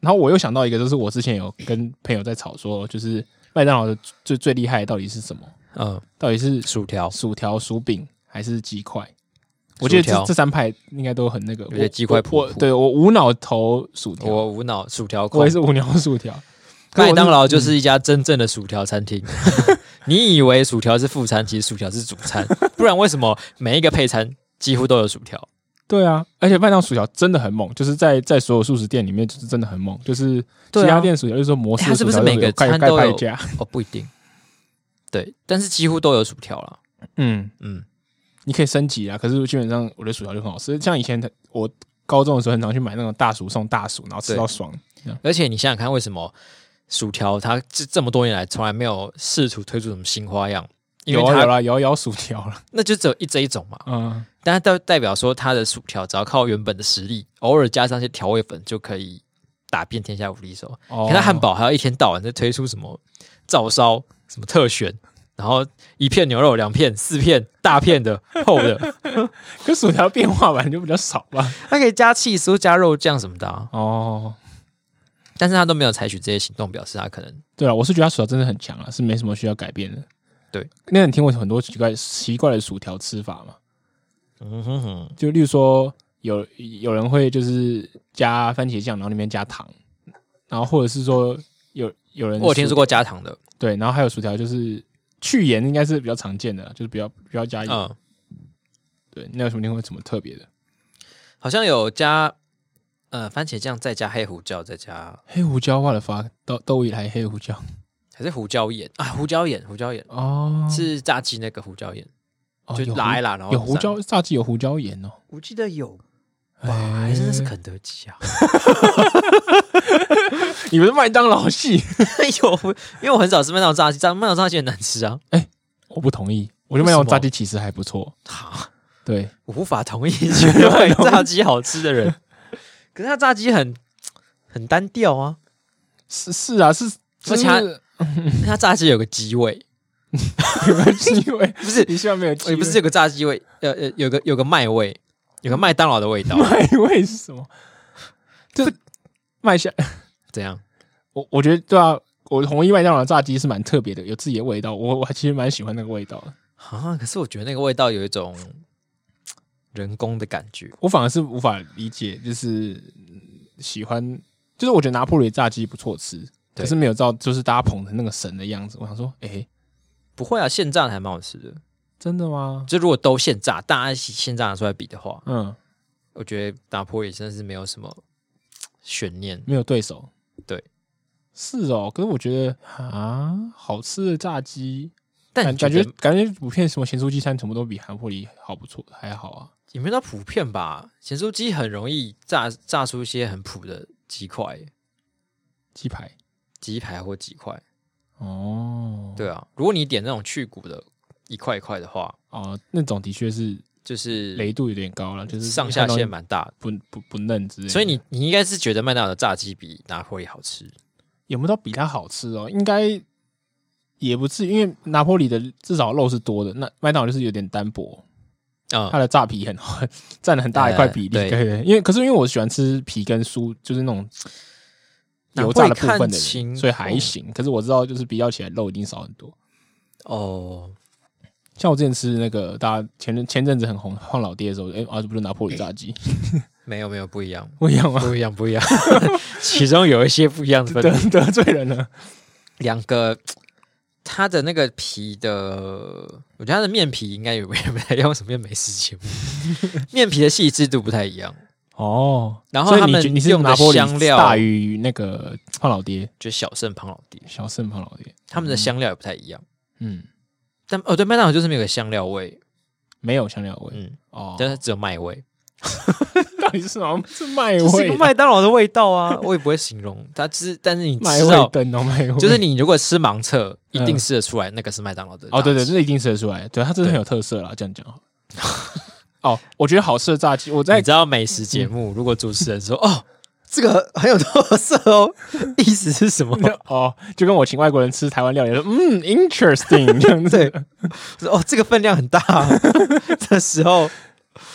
然后我又想到一个，就是我之前有跟朋友在吵说，就是麦当劳的最厉害的到底是什么？到底是薯条、薯饼还是鸡块？我觉得这三派应该都很那个。 我觉得鸡块对我无脑投薯条， 我无脑薯条控， 我也是无脑薯条。 麦当劳就是一家真正的薯条餐厅。你以为薯条是副餐，其实薯条是主餐，不然为什么每一个配餐几乎都有薯条？ 对啊，而且麦当劳薯条真的很猛，就是在所有速食店里面，就是真的很猛。就是其他店薯条，就是说摩斯薯条， 它是不是每个餐都有？不一定。对，但是几乎都有薯条啦。 你可以升级啊，可是基本上我的薯条就很好吃。像以前我高中的时候，很常去买那种大薯送大薯，然后吃到爽。 而且你想想看，为什么薯条它这么多年来从来没有试图推出什么新花样？因为它有薯条了， 那就只有这一种嘛。但它代表说它的薯条只要靠原本的实力，偶尔加上一些调味粉就可以打遍天下无敌手。可是汉堡还要一天到晚在推出什么照烧、什么特选，然后1片牛肉、2片、4片大片的厚的。 可薯条变化版就比较少吧？ 它可以加起司、加肉酱什么的啊。但是他都没有采取这些行动，表示他可能对啊，我是觉得他薯条真的很强啊，是没什么需要改变的。 对， 那你听过很多奇怪的薯条吃法吗？就例如说有人会就是加番茄酱，然后里面加糖，然后或者是说有人我有听说过加糖的， 对，然后还有薯条就是去盐，应该是比较常见的，就是不要加盐。对，那有什么听过什么特别的？ 好像有加。番茄酱再加黑胡椒，再加黑胡椒，我的发都以来黑胡椒还是胡椒盐啊？胡椒盐哦，是炸鸡那个胡椒盐，就拉一拉，然后有胡椒炸鸡有胡椒盐哦， 我记得有吧？还是那是肯德基啊？ 你们是麦当劳系？ 有，因为我很少吃麦当劳炸鸡，麦当劳炸鸡很难吃啊。 我不同意，我觉得麦当劳炸鸡其实还不错。对， 我无法同意觉得麦炸鸡好吃的人。可是它炸鸡很单调啊， 是啊， 而且它炸鸡有个鸡味， 有个鸡味， 不是你希望没有鸡味？ 不是有个炸鸡味，有个麦味，有个麦当劳的味道。 麦味是什么？就麦香怎样？ 我觉得对啊，我同意麦当劳的炸鸡是蛮特别的，有自己的味道。我其实蛮喜欢那个味道的啊。可是我觉得那个味道有一种人工的感觉， 我反而是无法理解，就是喜欢，就是我觉得拿破仑炸鸡不错吃，可是没有到就是大家捧的那个神的样子。我想说， 不会啊，现炸的还蛮好吃的。 真的吗？ 就如果都现炸，大家现炸拿出来比的话，我觉得拿破仑真的是没有什么悬念， 没有对手。 对， 是哦。可是我觉得好吃的炸鸡， 但感觉普遍什么咸酥鸡餐全部都比拿破仑好不错，还好啊。 也没有到普遍吧，咸酥鸡很容易炸出一些很普的鸡块， 鸡排或鸡块。 对啊，如果你点那种去骨的一块一块的话， 那种的确是就是雷度有点高了，就是上下限蛮大的， 不嫩之类的。 所以你应该是觉得麦当劳的炸鸡比拿破仑好吃， 有没有到比它好吃哦？应该也不至于，因为拿破仑的至少肉是多的，那麦当劳就是有点单薄。它的炸皮占了很大一块比例，对，因为我喜欢吃皮跟酥，就是那种油炸的部分的人，所以还行。可是我知道，就是比较起来，肉一定少很多。像我之前吃那个大家前阵子很红晃老爹的时候，这不是拿破仑炸鸡？ 没有，不一样， 不一样吗？ 不一样，其中有一些不一样的分别， 得罪人了。 两个。它的那个皮的，我觉得它的面皮应该也不太用什么美食节目，面皮的细致度不太一样然后他们用的香料大于那个胖老爹， 就小盛胖老爹， 他们的香料也不太一样。但对，麦当劳就是没有个香料味， 没有香料味， 但是只有麦味。 到底是什么？是麦味， 是麦当劳的味道啊！我也不会形容它，但是你吃到麦味， 就是你如果吃盲测，一定吃得出来那个是麦当劳的。 对，这一定吃得出来。对，它真的很有特色啦。这样讲我觉得好吃的炸鸡，你知道美食节目，如果主持人说这个很有特色哦，意思是什么？ 就跟我请外国人吃台湾料理说，interesting 这样子。 对，这个分量很大的时候。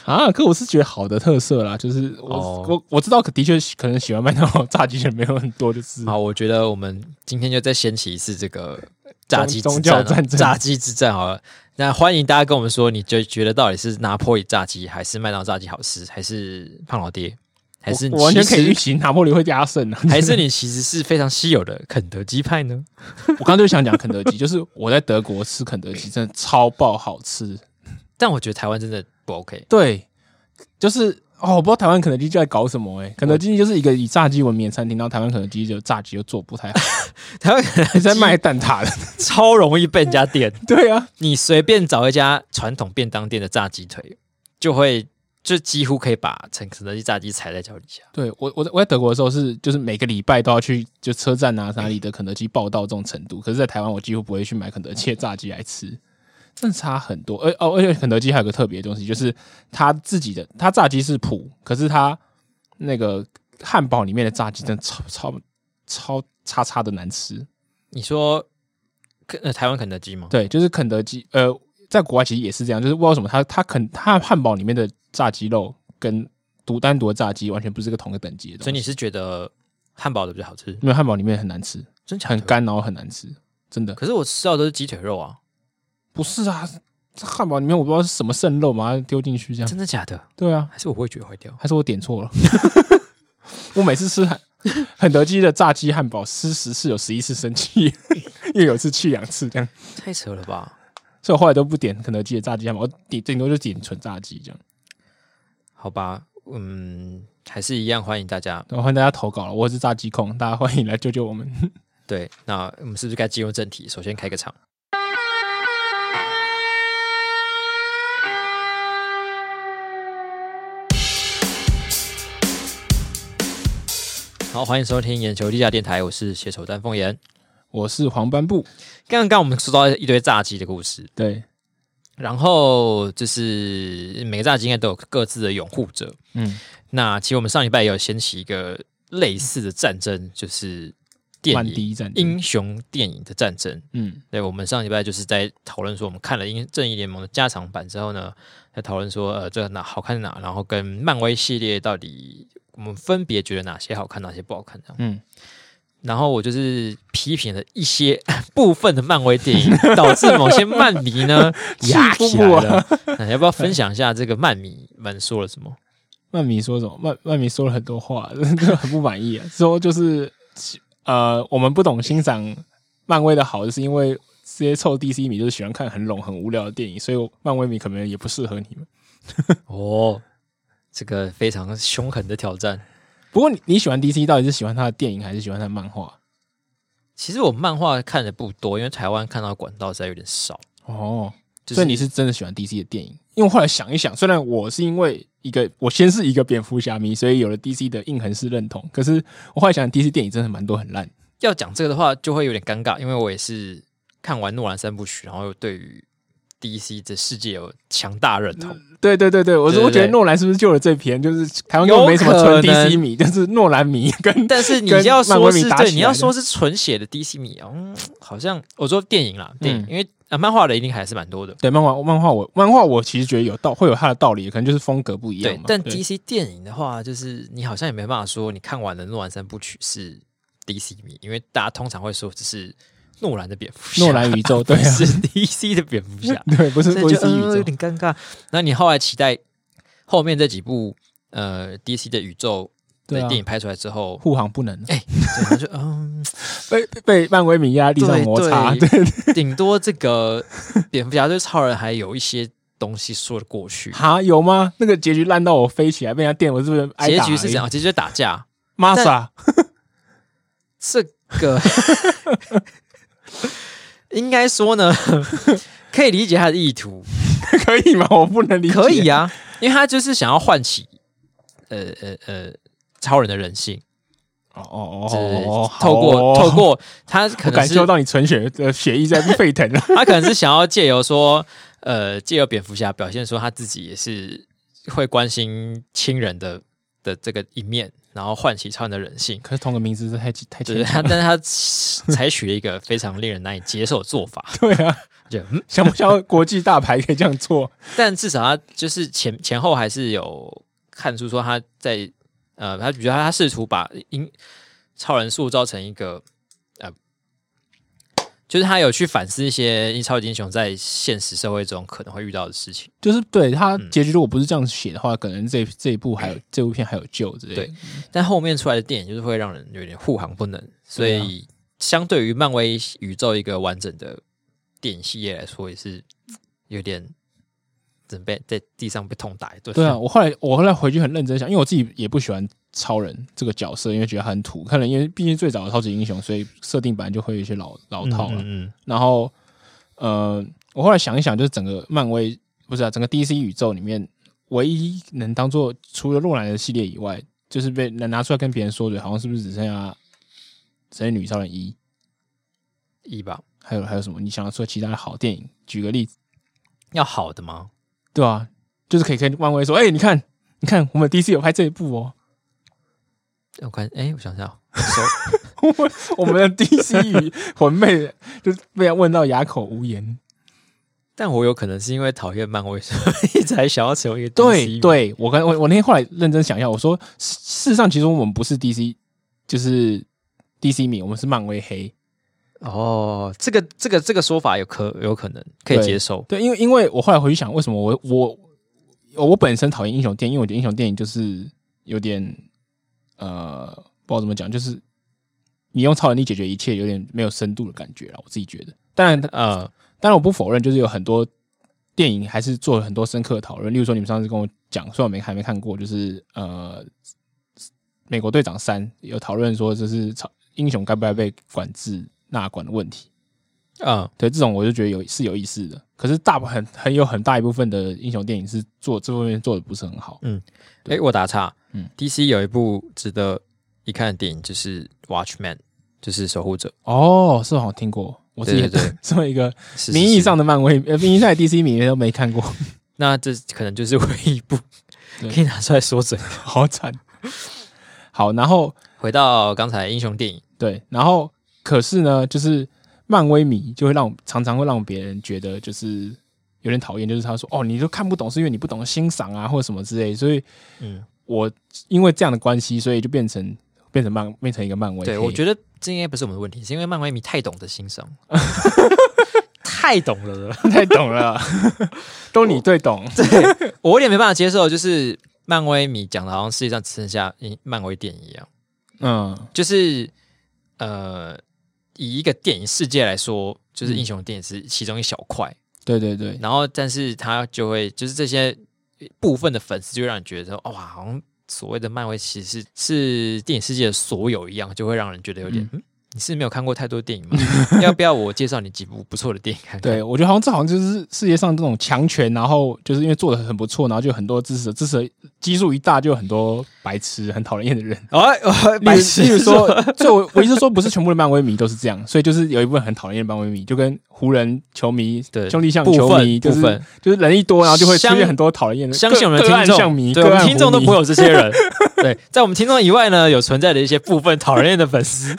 啊，可我是觉得好的特色啦，就是我知道，的确可能喜欢麦当劳炸鸡的人没有很多，就是好，我觉得我们今天就再掀起一次这个炸鸡宗教战争， 炸鸡之战好了。那欢迎大家跟我们说，你就觉得到底是拿坡里炸鸡还是麦当劳炸鸡好吃，还是胖老爹？还是我完全可以预期拿坡里会加胜啊？ 还是你其实是非常稀有的肯德基派呢？ 我刚刚就想讲肯德基，就是我在德国吃肯德基真的超爆好吃， 但我觉得台湾真的不 OK。 对，就是我不知道台湾肯德基在搞什么肯德基就是一个以炸鸡闻名的餐厅，然后台湾肯德基就炸鸡又做不太好， 台湾肯德基在卖蛋挞的， 超容易被人家点。 对啊， 你随便找一家传统便当店的炸鸡腿，就几乎可以把肯德基炸鸡踩在脚底下。 对，我在德国的时候就是每个礼拜都要去就车站啊哪里的肯德基报到这种程度，可是在台湾我几乎不会去买肯德基的炸鸡来吃，真的差很多。而且肯德基还有个特别的东西，就是他自己的他炸鸡是普，可是他那个汉堡里面的炸鸡真的超的难吃。 你说台湾肯德基吗？ 对，就是肯德基在国外其实也是这样，就是不知道为什么他汉堡里面的炸鸡肉跟单独的炸鸡完全不是同个等级的东西。 所以你是觉得汉堡的比较好吃？ 因为汉堡里面很难吃， 真假的？ 很干，然后很难吃，真的。 可是我吃到的都是鸡腿肉啊。 不是啊，汉堡里面我不知道是什么剩肉，把它丢进去这样。 真的假的？ 对啊， 还是我味觉坏掉？ 还是我点错了？我每次吃肯德基的炸鸡汉堡吃10次有11次生气，因为有一次去2次这样。 太扯了吧！ 所以我后来都不点肯德基的炸鸡汉堡，我顶多就点纯炸鸡这样。 好吧，还是一样欢迎大家， 欢迎大家投稿了，我是炸鸡控，大家欢迎来救救我们。 对，那我们是不是该进入正题？首先开个场。好，欢迎收听眼球地下电台，我是写手丹凤眼， 我是黄斑布。 刚刚我们说到一堆炸鸡的故事， 对， 然后就是每个炸鸡应该都有各自的拥护者。那其实我们上礼拜也有掀起一个类似的战争，就是电影英雄电影的战争。对，我们上礼拜就是在讨论说，我们看了正义联盟的加长版之后呢，在讨论说，这个哪好看哪，然后跟漫威系列到底我们分别觉得哪些好看，哪些不好看这样。然后我就是批评了一些部分的漫威电影，导致某些漫迷呢压起来了。那要不要分享一下这个漫迷们说了什么？ 漫迷说什么？漫迷说了很多话，真的很不满意啊。说就是我们不懂欣赏漫威的好，就是因为这些臭 DC 迷就是喜欢看很冗很无聊的电影，所以漫威迷可能也不适合你们。 这个非常凶狠的挑战。 不过你喜欢 DC 到底是喜欢他的电影还是喜欢他的漫画？ 其实我漫画看的不多，因为台湾看到的管道实在有点少。 所以你是真的喜欢 DC 的电影？因为我后来想一想，虽然我是因为我先是一个蝙蝠侠迷，所以有了 DC 的硬横式认同，可是我后来想 DC 电影真的蛮多很烂。 要讲这个的话就会有点尴尬，因为我也是看完诺兰3部曲，然后又对于 DC 的世界有强大认同。 对，我觉得诺兰是不是救了这篇？就是台湾根本没什么纯 DC 迷，就是诺兰迷但是你要说是对，你要说是纯血的 DC 迷好像我说电影啦，电影，因为漫画的一定还是蛮多的。 对，漫画我其实觉得会有它的道理，可能就是风格不一样嘛。 对，但 DC 电影的话，就是你好像也没办法说你看完了诺兰3部曲是 DC 迷，因为大家通常会说只是诺兰的蝙蝠侠， 诺兰宇宙，对啊， 是 DC 的蝙蝠侠， 对，不是 DC 宇宙， 有点尴尬。那你后来期待后面这几部DC 的宇宙的电影拍出来之后， 护航不能， 对，就被漫威迷压力上摩擦，对， 顶多这个蝙蝠侠对超人还有一些东西说得过去。 有吗？那个结局烂到我飞起来被人家电，我是不是挨打？ 结局是这样，结局是打架。 Masa 这个应该说呢，可以理解他的意图， 可以吗？我不能理解。 可以啊，因为他就是想要唤起超人的人性。透过他可能是感受到你纯血的血液在沸腾了。 他可能是想要借由说，借由蝙蝠侠表现说他自己也是会关心亲人的这个一面， 然后唤起超人的人性。 可是同个名字是太对，但是他采取了一个非常令人难以接受的做法。 对啊，就想不想国际大牌可以这样做？ 但至少他就是前后还是有看出说他在他比如他试图把超人塑造成一个就是他有去反思一些超级英雄在现实社会中可能会遇到的事情。 就是对他结局如果不是这样写的话，可能这一部还有这部片还有救之类的。 对，但后面出来的电影就是会让人有点护航不能，所以相对于漫威宇宙一个完整的电影系列来说，也是有点准备在地上被痛打一顿。 对啊，我后来回去很认真想，因为我自己也不喜欢超人这个角色，因为觉得很土，可能因为毕竟最早的超级英雄，所以设定本来就会有一些老套了。然后我后来想一想，就是整个漫威不是整个 DC 宇宙里面，唯一能当做除了洛兰的系列以外，就是被能拿出来跟别人说的，好像是不是只剩下神女超人一吧？还有什么？你想要说其他的好电影？举个例子， 要好的吗？ 对啊，就是可以跟漫威说，你看，我们 DC 有拍这一部哦。 我看，我想想， 我们的 DC 与魂妹就是被他问到哑口无言。 但我有可能是因为讨厌漫威，所以才想要成为一个 DC。 对，我那天后来认真想一下，我说事实上其实我们不是 DC， 就是 DC 迷，我们是漫威黑。 哦，这个说法有可能可以接受。 对，因为我后来回去想，为什么我本身讨厌英雄电影，因为我觉得英雄电影就是有点不知道怎么讲，就是你用超能力解决一切，有点没有深度的感觉啦，我自己觉得。当然我不否认，就是有很多电影还是做了很多深刻的讨论。例如说，你们上次跟我讲，虽然我还没看过，就是美国队长3有讨论说，就是英雄该不该被管制纳管的问题。对，这种我就觉得是有意思的。可是有很大一部分的英雄电影是做这方面做的不是很好。 我打岔，DC 有一部值得一看的电影，就是 Watchmen， 就是守护者。 哦，是好像听过。我自己作为一个名义上的漫威，名义上的 DC 迷都没看过。 那这可能就是唯一一部可以拿出来说嘴， 好惨。好，然后回到刚才英雄电影， 对，然后可是呢，就是漫威迷就会常常会让别人觉得就是有点讨厌，就是他说你都看不懂，是因为你不懂欣赏啊，或者什么之类。所以，我因为这样的关系，所以就变成一个漫威。 对，我觉得这应该不是我们的问题，是因为漫威迷太懂得欣赏，太懂了， 都你最懂。 对，我有点没办法接受，就是漫威迷讲的好像世界上只剩下漫威电影一样。就是以一个电影世界来说，就是英雄电影是其中一小块。 对对对。 然后，但是他就会就是这些部分的粉丝就会让人觉得哇，好像所谓的漫威其实是电影世界的所有一样，就会让人觉得有点你是没有看过太多电影吗？要不要我介绍你几部不错的电影看看？ 对，我觉得好像就是世界上这种强权，然后就是因为做的很不错，然后就有很多支持基数一大，就有很多白痴很讨人厌的人。 白痴， 例如说，我一直说不是全部的漫威迷都是这样，所以就是有一部分很讨厌的漫威迷，就跟湖人球迷、兄弟象球迷，就是人一多，然后就会出现很多讨人厌的。 相信我们的听众，对，我们听众都不会有这些人。对，在我们听众以外呢，有存在的一些部分讨人厌的粉丝。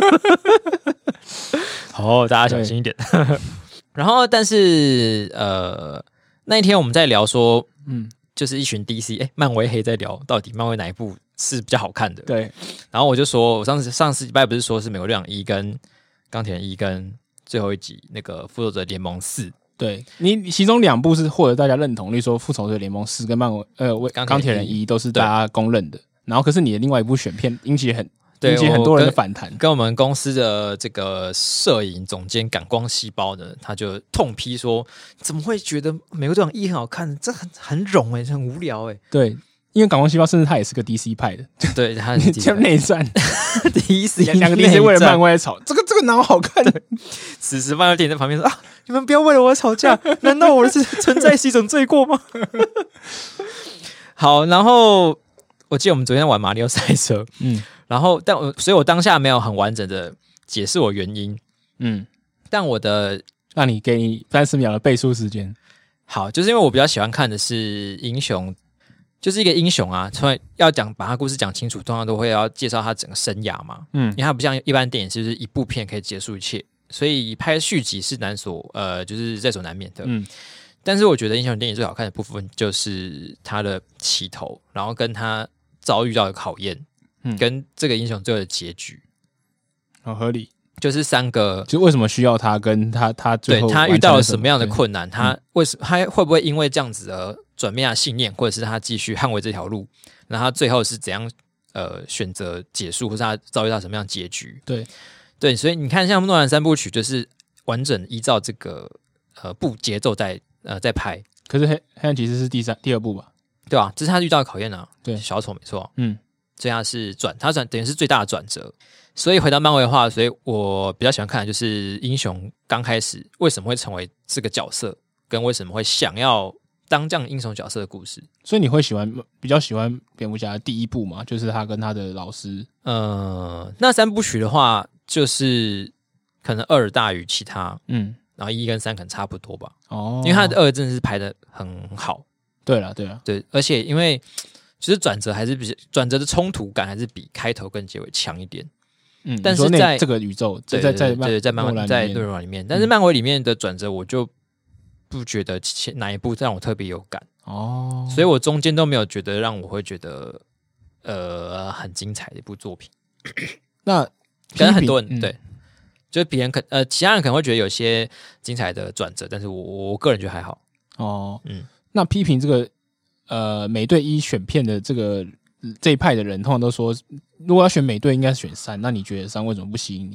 好，大家小心一点。然后，但是那一天我们在聊说，就是一群 DC 漫威黑在聊，到底漫威哪一部是比较好看的？对。然后我就说，我上次礼拜不是说是美国队长1跟钢铁人1跟最后一集那个复仇者联盟4。对，你其中2部是获得大家认同，例如说复仇者联盟4跟钢铁人1都是大家公认的。然后，可是你的另外一部选片引起很多人的反弹，跟我们公司的这个摄影总监感光细胞呢，他就痛批说，怎么会觉得美国队长1很好看？这很冗很无聊对，因为感光细胞甚至他也是个 DC 派的，对，他是 DC 内战DC 两个 DC 为了漫威吵，这个哪好看的？此时漫威电影在旁边说你们不要为了我吵架，难道我是存在是一种罪过吗？好，然后我记得我们昨天玩马里奥赛车，然后所以我当下没有很完整的解释我原因，但让你给你30秒的背书时间。好，就是因为我比较喜欢看的是英雄就是一个英雄啊，从来要把他故事讲清楚，通常都会要介绍他整个生涯嘛。因为他不像一般电影，就是一部片可以结束一切，所以拍续集是就是在所难免的。但是我觉得英雄电影最好看的部分就是他的起头，然后跟他遭遇到的考验，跟这个英雄最后的结局， 合理。 就是3个， 就为什么需要他，跟他最后对他遇到了什么样的困难，他会不会因为这样子而转变他信念，或者是他继续捍卫这条路，那他最后是怎样选择结束，或是他遭遇到什么样的结局？对，所以你看，像诺兰3部曲就是完整依照这个节奏在拍。 可是黑暗骑士是第2部吧？ 对吧？这是他遇到的考验啊。 对， 小丑没错。所以他等于是最大的转折。所以回到漫威的话，所以我比较喜欢看的就是英雄刚开始为什么会成为这个角色，跟为什么会想要当这样英雄角色的故事。 所以你会比较喜欢蝙蝠侠的第1部嘛？就是他跟他的老师。 那3部曲的话，就是可能2大于其他，然后1跟3可能差不多吧。因为他的2真的是拍得很好。 对了， 对，而且因为其实转折的冲突感还是比开头跟结尾强一点。但是在这个宇宙， 在漫威在诺兰里面，但是漫威里面的转折，我就不觉得哪一部让我特别有感所以我中间都没有觉得让我会觉得很精彩的一部作品。 那可能很多人对，就是别人其他人可能会觉得有些精彩的转折，但是我个人觉得还好。 那批评这个美队1选片的这一派的人，通常都说，如果要选美队，应该选3。那你觉得3为什么不吸引你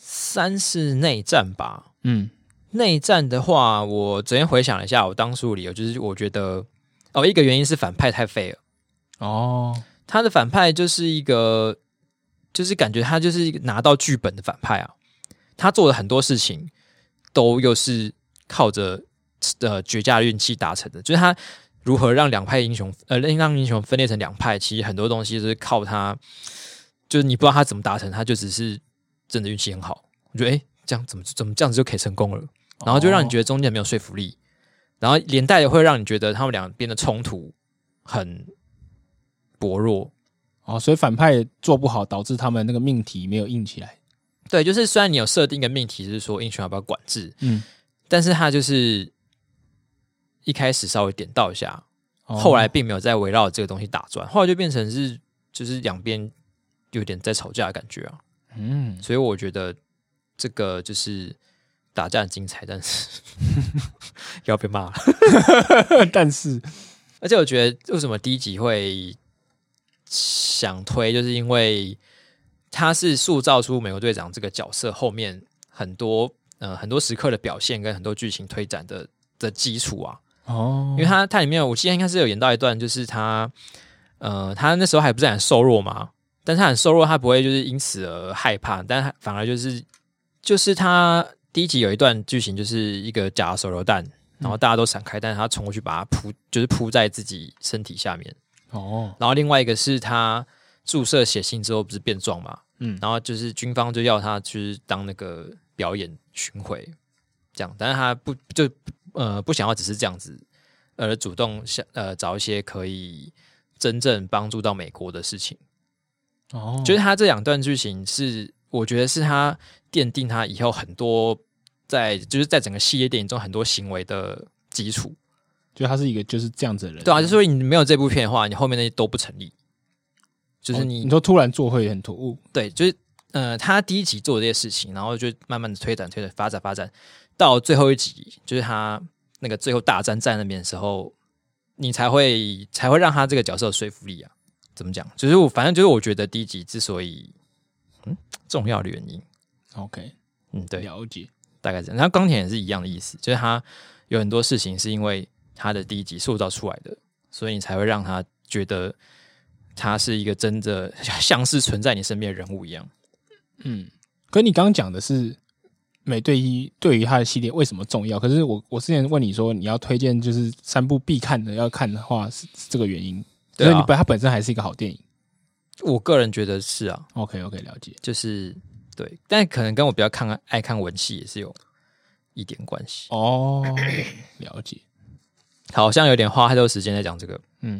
？3是内战吧？内战的话，我昨天回想了一下，我当初的理由就是，我觉得一个原因是反派太废了。他的反派就是一个，就是感觉他就是一个拿到剧本的反派啊。他做的很多事情都又是靠着绝佳的运气达成的，就是他。如何让两派英雄让英雄分裂成2派？其实很多东西就是靠他，就是你不知道他怎么达成，他就只是真的运气很好。我觉得这样怎么这样子就可以成功了，然后就让你觉得中间没有说服力，然后连带的会让你觉得他们两边的冲突很薄弱。 所以反派做不好，导致他们那个命题没有硬起来。 对，就是虽然你有设定一个命题是说英雄要不要管制，但是他就是一开始稍微点到一下，后来并没有再围绕这个东西打转，后来就变成是就是两边有点在吵架的感觉啊。所以我觉得这个就是打架很精彩，但是要被骂了。 但是， 而且我觉得为什么第1集会想推，就是因为他是塑造出美国队长这个角色后面很多时刻的表现跟很多剧情推展的基础啊。因为他里面我记得应该是有演到一段，就是他那时候还不是很瘦弱嘛，但是他很瘦弱，他不会就是因此而害怕，但他反而就是他第1集有一段剧情，就是一个假手榴弹，然后大家都闪开，但是他冲过去把它扑在自己身体下面。然后另外一个是他注射血清之后不是变壮嘛，然后就是军方就要他去当那个表演巡回这样，但是他不想要只是这样子，而主动找一些可以真正帮助到美国的事情。就是他这2段剧情是我觉得是他奠定他以后很多在整个系列电影中很多行为的基础。 就他是一个就是这样子的人。 对啊，就是说你没有这部片的话，你后面那些都不成立。就是你说突然做会很突兀。 对，就是他第1集做的这些事情，然后就慢慢的推展发展到最后1集，就是他那个最后大战在那边的时候，你才会让他这个角色有说服力啊。怎么讲？就是反正就是我觉得第1集之所以重要的原因。 OK， 对， 了解， 大概这样。然后钢铁也是一样的意思，就是他有很多事情是因为他的第1集塑造出来的，所以你才会让他觉得他是一个真的像是存在你身边的人物一样。 可你刚刚讲的是美队1对于他的系列为什么重要？可是我之前问你说你要推荐就是3部必看的，要看的话是这个原因。 对啊， 所以它本身还是一个好电影。 我个人觉得是啊。 OK， 了解。 就是对，但可能跟我比较爱看文戏也是有一点关系。 了解。 好像有点花太多时间在讲这个。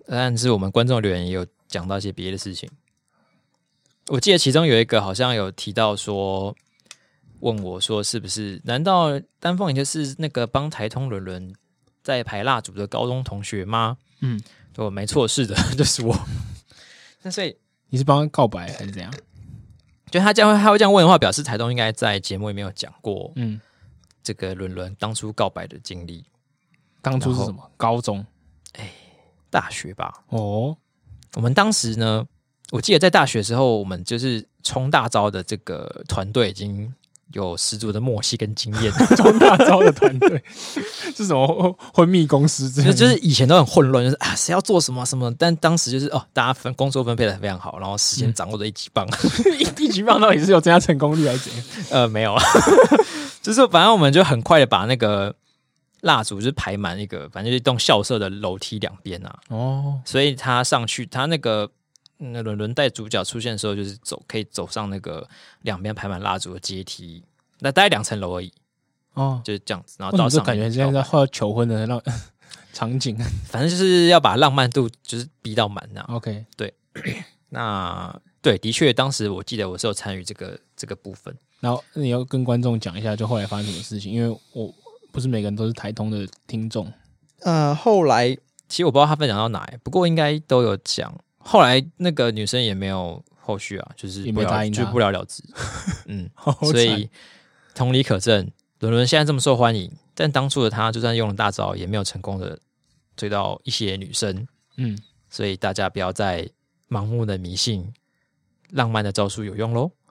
但是我们观众留言也有讲到一些别的事情。我记得其中有一个好像有提到说，问我说是不是？难道丹凤眼就是那个帮台通伦伦在排蜡烛的高中同学吗？对，没错，是的，就是我。那所以你是帮他告白还是怎样？ 就他会这样问的话，表示台东应该在节目里面有讲过，这个伦伦当初告白的经历。 当初是什么？高中？ 大学吧。 哦， 我们当时呢，我记得在大学的时候，我们就是冲大招的这个团队已经有十足的默契跟经验。 冲大招的团队是什么婚蜜公司之类的？ 就是以前都很混乱，就是谁要做什么什么，但当时就是大家工作分配的非常好，然后时间掌握的一级棒。 一级棒到底是有增加成功率还是怎样？ 没有，就是反正我们就很快的把那个蜡烛就是排满一个，反正就是一栋校舍的楼梯两边啊。所以他上去，他那个轮带主角出现的时候，就是可以走上那个两边排满蜡烛的阶梯，那大概2层楼而已。就是这样子，然后到上面。 感觉现在在画求婚的那场景， 反正就是要把浪漫度就是逼到满那样。 OK， 对，那对，的确，当时我记得我是有参与这个部分。 然后你要跟观众讲一下，就后来发生什么事情，因为我不是每个人都是台通的听众。 后来其实我不知道他分享到哪，不过应该都有讲。后来那个女生也没有后续啊，就是也没答应他， 就不了了之。所以同理可证。伦伦现在这么受欢迎，但当初的他就算用了大招，也没有成功的追到一些女生。所以大家不要再盲目的迷信，浪漫的招数有用咯。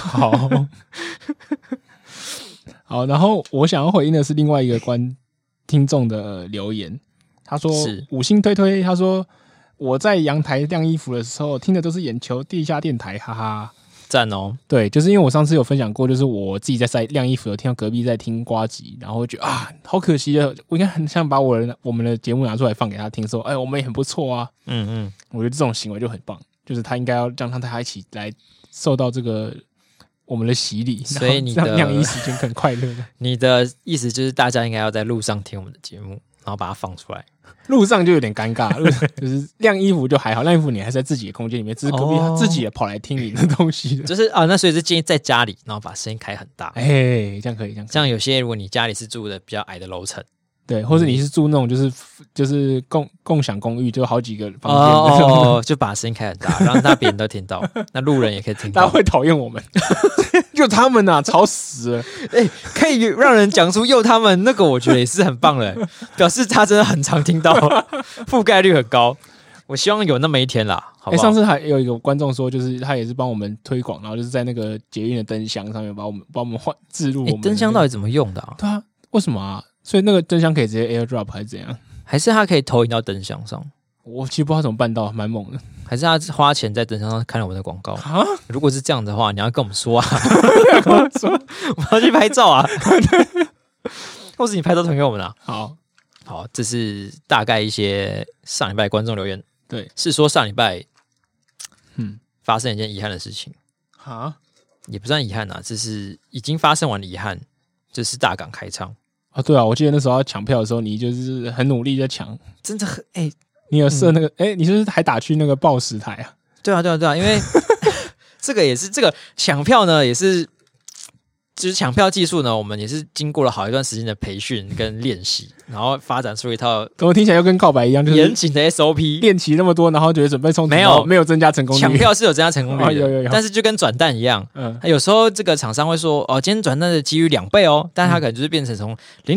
好，然后我想要回应的是另外一个听众的留言，他说5星推推，他说我在阳台晾衣服的时候听的都是眼球地下电台，哈哈。 赞哦！ 对，就是因为我上次有分享过，就是我自己在晾衣服，有听到隔壁在听呱吉，然后觉得好可惜的，我应该很想把我们的节目拿出来放给他听，说，我们也很不错啊。我觉得这种行为就很棒，就是他应该要让大家一起来受到这个我们的洗礼， 所以你的晾衣时间很快乐的。 你的意思就是大家应该要在路上听我们的节目，然后把它放出来。 路上就有点尴尬，就是晾衣服就还好，晾衣服你还是在自己的空间里面，只是隔壁他自己也跑来听你的东西的， 就是那所以是建议在家里，然后把声音开很大， 这样可以， 这样有些如果你家里是住的比较矮的楼层， 对，或者你是住那种就是共享公寓，就好几个房间， 就把声音开很大，让别人都听到，那路人也可以听到， 大家会讨厌我们，就他们啊，吵死了， 可以让人讲出又他们那个，我觉得也是很棒的，表示他真的很常听到，覆盖率很高。我希望有那么一天啦，好不好？ 上次还有一个观众说，就是他也是帮我们推广，然后就是在那个捷运的灯箱上面帮我们置入我们。 灯箱到底怎么用的啊？ 对啊，为什么啊？所以那个灯箱可以直接 AirDrop 还是怎样？ 还是他可以投影到灯箱上？ 我其实不知道怎么办到，蛮猛的。 还是他花钱在灯箱上看了我们的广告啊？如果是这样的话，你要跟我们说啊， 跟我说， 我要去拍照啊，或是你拍照传给我们啊。好，这是大概一些上礼拜观众留言。 对， 是说上礼拜发生一件遗憾的事情啊， 也不算遗憾啊，这是已经发生完的遗憾，就是大港开唱啊。对啊，我记得那时候要抢票的时候，你就是很努力在抢， 真的很你有设那个你是不是还打去那个报时台啊？ 对啊，因为这个也是这个抢票呢，也是就是抢票技术呢，我们也是经过了好一段时间的培训跟练习，然后发展出一套怎么听起来又跟告白一样，就是严谨的 SOP。练习那么多，然后觉得准备冲突，没有增加成功率。 抢票是有增加成功率的， 有， 但是就跟转蛋一样，有时候这个厂商会说，今天转蛋的几率2倍哦，但它可能就是变成从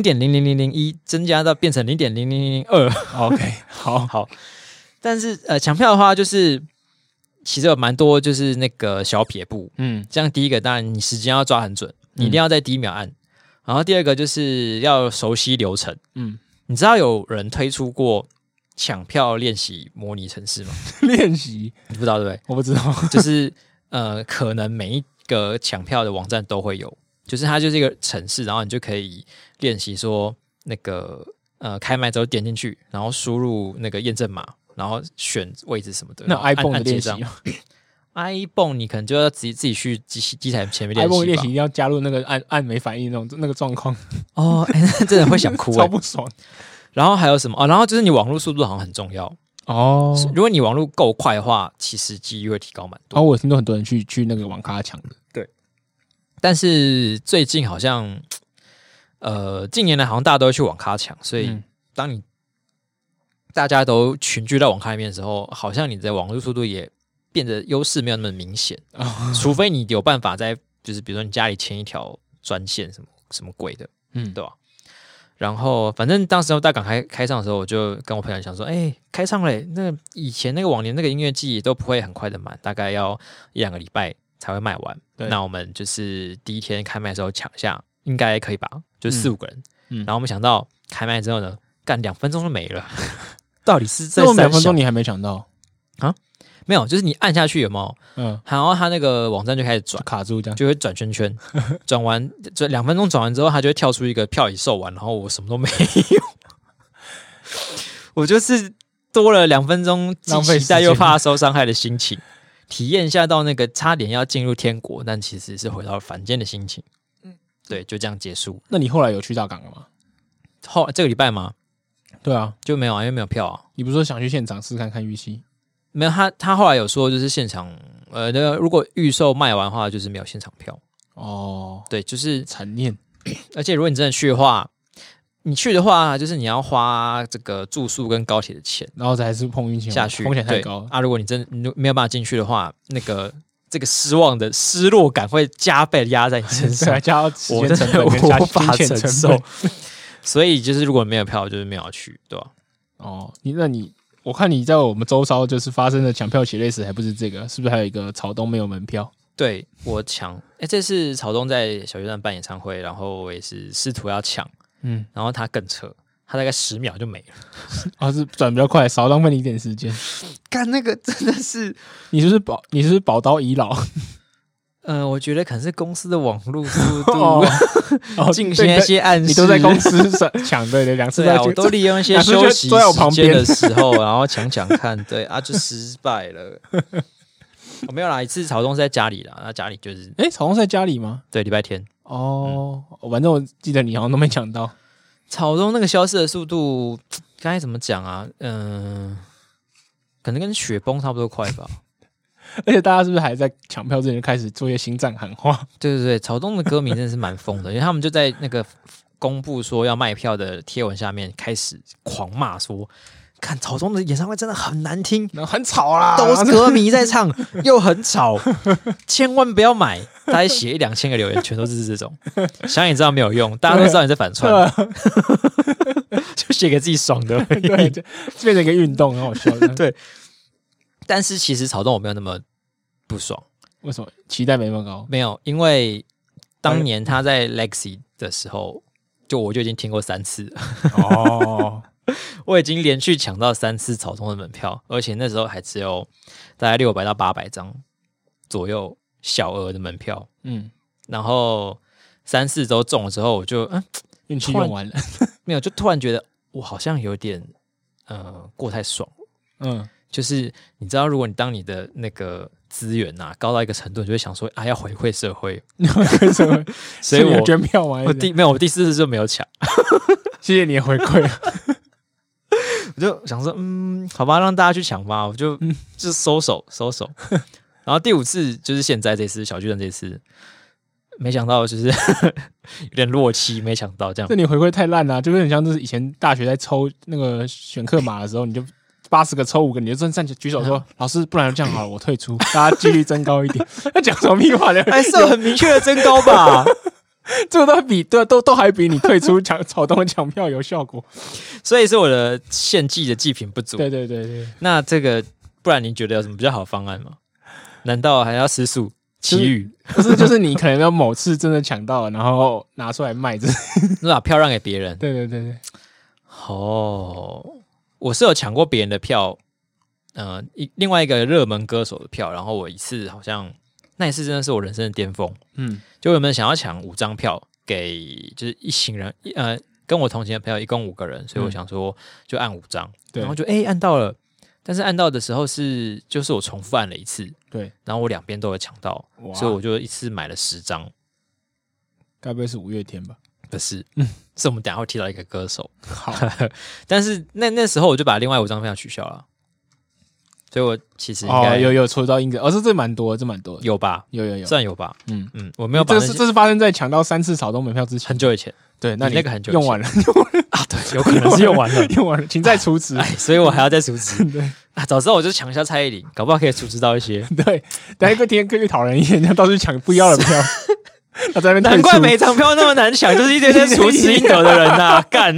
0.00001增加到变成0.00002。 OK， 好。 但是抢票的话，就是其实有蛮多就是那个小撇步，这样第一个当然你时间要抓很准。你一定要在第1秒按，然后第二个就是要熟悉流程。你知道有人推出过抢票练习模拟程式吗？ 练习你不知道对不对？ 我不知道， 就是可能每一个抢票的网站都会有，就是它就是一个程式，然后你就可以练习说那个开麦之后点进去，然后输入那个验证码，然后选位置什么的。 那 iPhone 的练习 iPhone 你可能就要自己去机台前面练习。 iPhone 练习一定要加入那个按没反应那个状况。 那真的会想哭， 超不爽。 然后还有什么然后就是你网络速度好像很重要。 哦。如果你网络够快的话，其实几率会提高蛮多。 我听到很多人去那个网咖抢的。 对，但是最近好像，近年来好像大家都会去网咖抢，所以当你大家都群聚到网咖里面的时候，好像你的网络速度也变得优势没有那么明显，除非你有办法在就是比如说你家里牵一条专线什么鬼的，对吧？然后反正当时大港开唱的时候，我就跟我朋友讲说，开唱嘞，那以前那个往年那个音乐季都不会很快的满，大概要1-2个礼拜才会卖完。那我们就是第一天开卖的时候抢一下，应该可以吧？就4-5个人。然后我们想到开卖之后呢，干2分钟就没了。到底是在 2分钟你还没抢到啊？没有，就是你按下去有没有？然后他那个网站就开始转， 卡住，这样就会转圈圈，转完这2分钟转完之后，他就会跳出一个票已售完，然后我什么都没有，我就是多了2分钟，既期待又怕受伤害的心情，体验一下到那个差点要进入天国，但其实是回到凡间的心情。对，就这样结束。 那你后来有去大港了吗？ 这个礼拜吗？ 对啊， 就没有啊，因为没有票啊。 你不是说想去现场试看预期？ 没有，他后来有说，就是现场，那个如果预售卖完的话，就是没有现场票。哦，对，就是残念。 而且如果你真的去的话，就是你要花这个住宿跟高铁的钱， 然后再还是碰运气下去， 风险太高啊！如果你没有办法进去的话，这个失落感会加倍压在你身上，我真的无法承受。所以就是如果没有票，就是没有去，对吧？ 哦，我看你在我们周遭就是发生的抢票血泪史，还不是这个，是不是还有一个草东没有门票？ 对，我抢，这次草东在小巨蛋办演唱会，然后我也是试图要抢，然后他更扯，他大概10秒就没了， 是转比较快，少浪费你一点时间。 干那个真的是， 你是不是宝刀已老？ 我觉得可能是公司的网络速度进行一些暗示， 你都在公司抢，对2次对啊，我都利用一些休息时间的时候，然后抢看，对啊，就失败了。我没有啦，一次草东是在家里啦，那家里就是草东是在家里吗？ 对，礼拜天。 反正我记得你好像都没抢到。 草东那个消失的速度，刚才怎么讲啊？可能跟雪崩差不多快吧。 而且大家是不是还在抢票之前就开始做一些心脏喊话？ 对，草东的歌迷真的是蛮疯的，因为他们就在那个公布说要卖票的贴文下面开始狂骂说，看草东的演唱会真的很难听， 很吵啦， 都是歌迷在唱，又很吵，千万不要买。大概写1-2千个留言，全都是这种，想也知道没有用，大家都知道你在反串，就写给自己爽的， 对，就变成一个运动，很好笑的， 对。但是其实草东我没有那么不爽， 为什么？期待没那么高？ 没有，因为当年他在 Lexi 的时候，我就已经听过3次了。我已经连续抢到3次草东的门票，而且那时候还只有大概600到800张左右小额的门票。然后3次都中了之后，我就运气用完了， 没有，就突然觉得我好像有点过太爽了。就是你知道，如果你当你的那个资源高到一个程度，你就会想说要回馈社会，所以我捐票吗？ 我第4次就没有抢。 谢谢你的回馈。 我就想说，好吧，让大家去抢吧，我就收手。然后第5次就是现在这次小巨蛋这次，没想到就是有点落期，没抢到这样。 这你回馈太烂了，就很像是以前大学在抽那个选课码的时候，你就80个抽5个，你就站起举手说：“老师，不然这样好了，我退出，大家几率增高一点。”他讲什么屁话呢？ 还是有很明确的增高吧？ 这个都还比你退出草东的抢票有效果， 所以是我的献祭的祭品不足。 对。 那这个不然你觉得有什么比较好的方案吗？难道还要吃素？奇遇不是，就是你可能要某次真的抢到了，然后拿出来卖， 把票让给别人。 对。 我是有抢过别人的票，另外一个热门歌手的票，然后我那一次真的是我人生的巅峰。就原本想要抢5张票给就是一行人，跟我同行的朋友一共5个人，所以我想说就按5张，然后就按到了。但是按到的时候就是我重复按了1次， 对， 然后我2边都有抢到，所以我就一次买了10张。 该不会是5月天吧？ 不是，是我们等一下会提到一个歌手。 好， 但是那时候我就把另外5张票取消了。 所以我其实应该有抽到音格，这蛮多， 有吧？ 有， 算有吧？我没有把这是发生在抢到3次草东门票之前， 很久以前。 对，那你那个很久用完了啊？对，有可能是用完了， 用完了，请再储值。 所以我还要再储值。 对啊，早知道我就抢一下蔡依林，搞不好可以储值到一些。 对，等一个天可以讨人厌，要到处抢不要的票。他在那边难怪每张票那么难抢，就是一堆储值应得的人呐，干。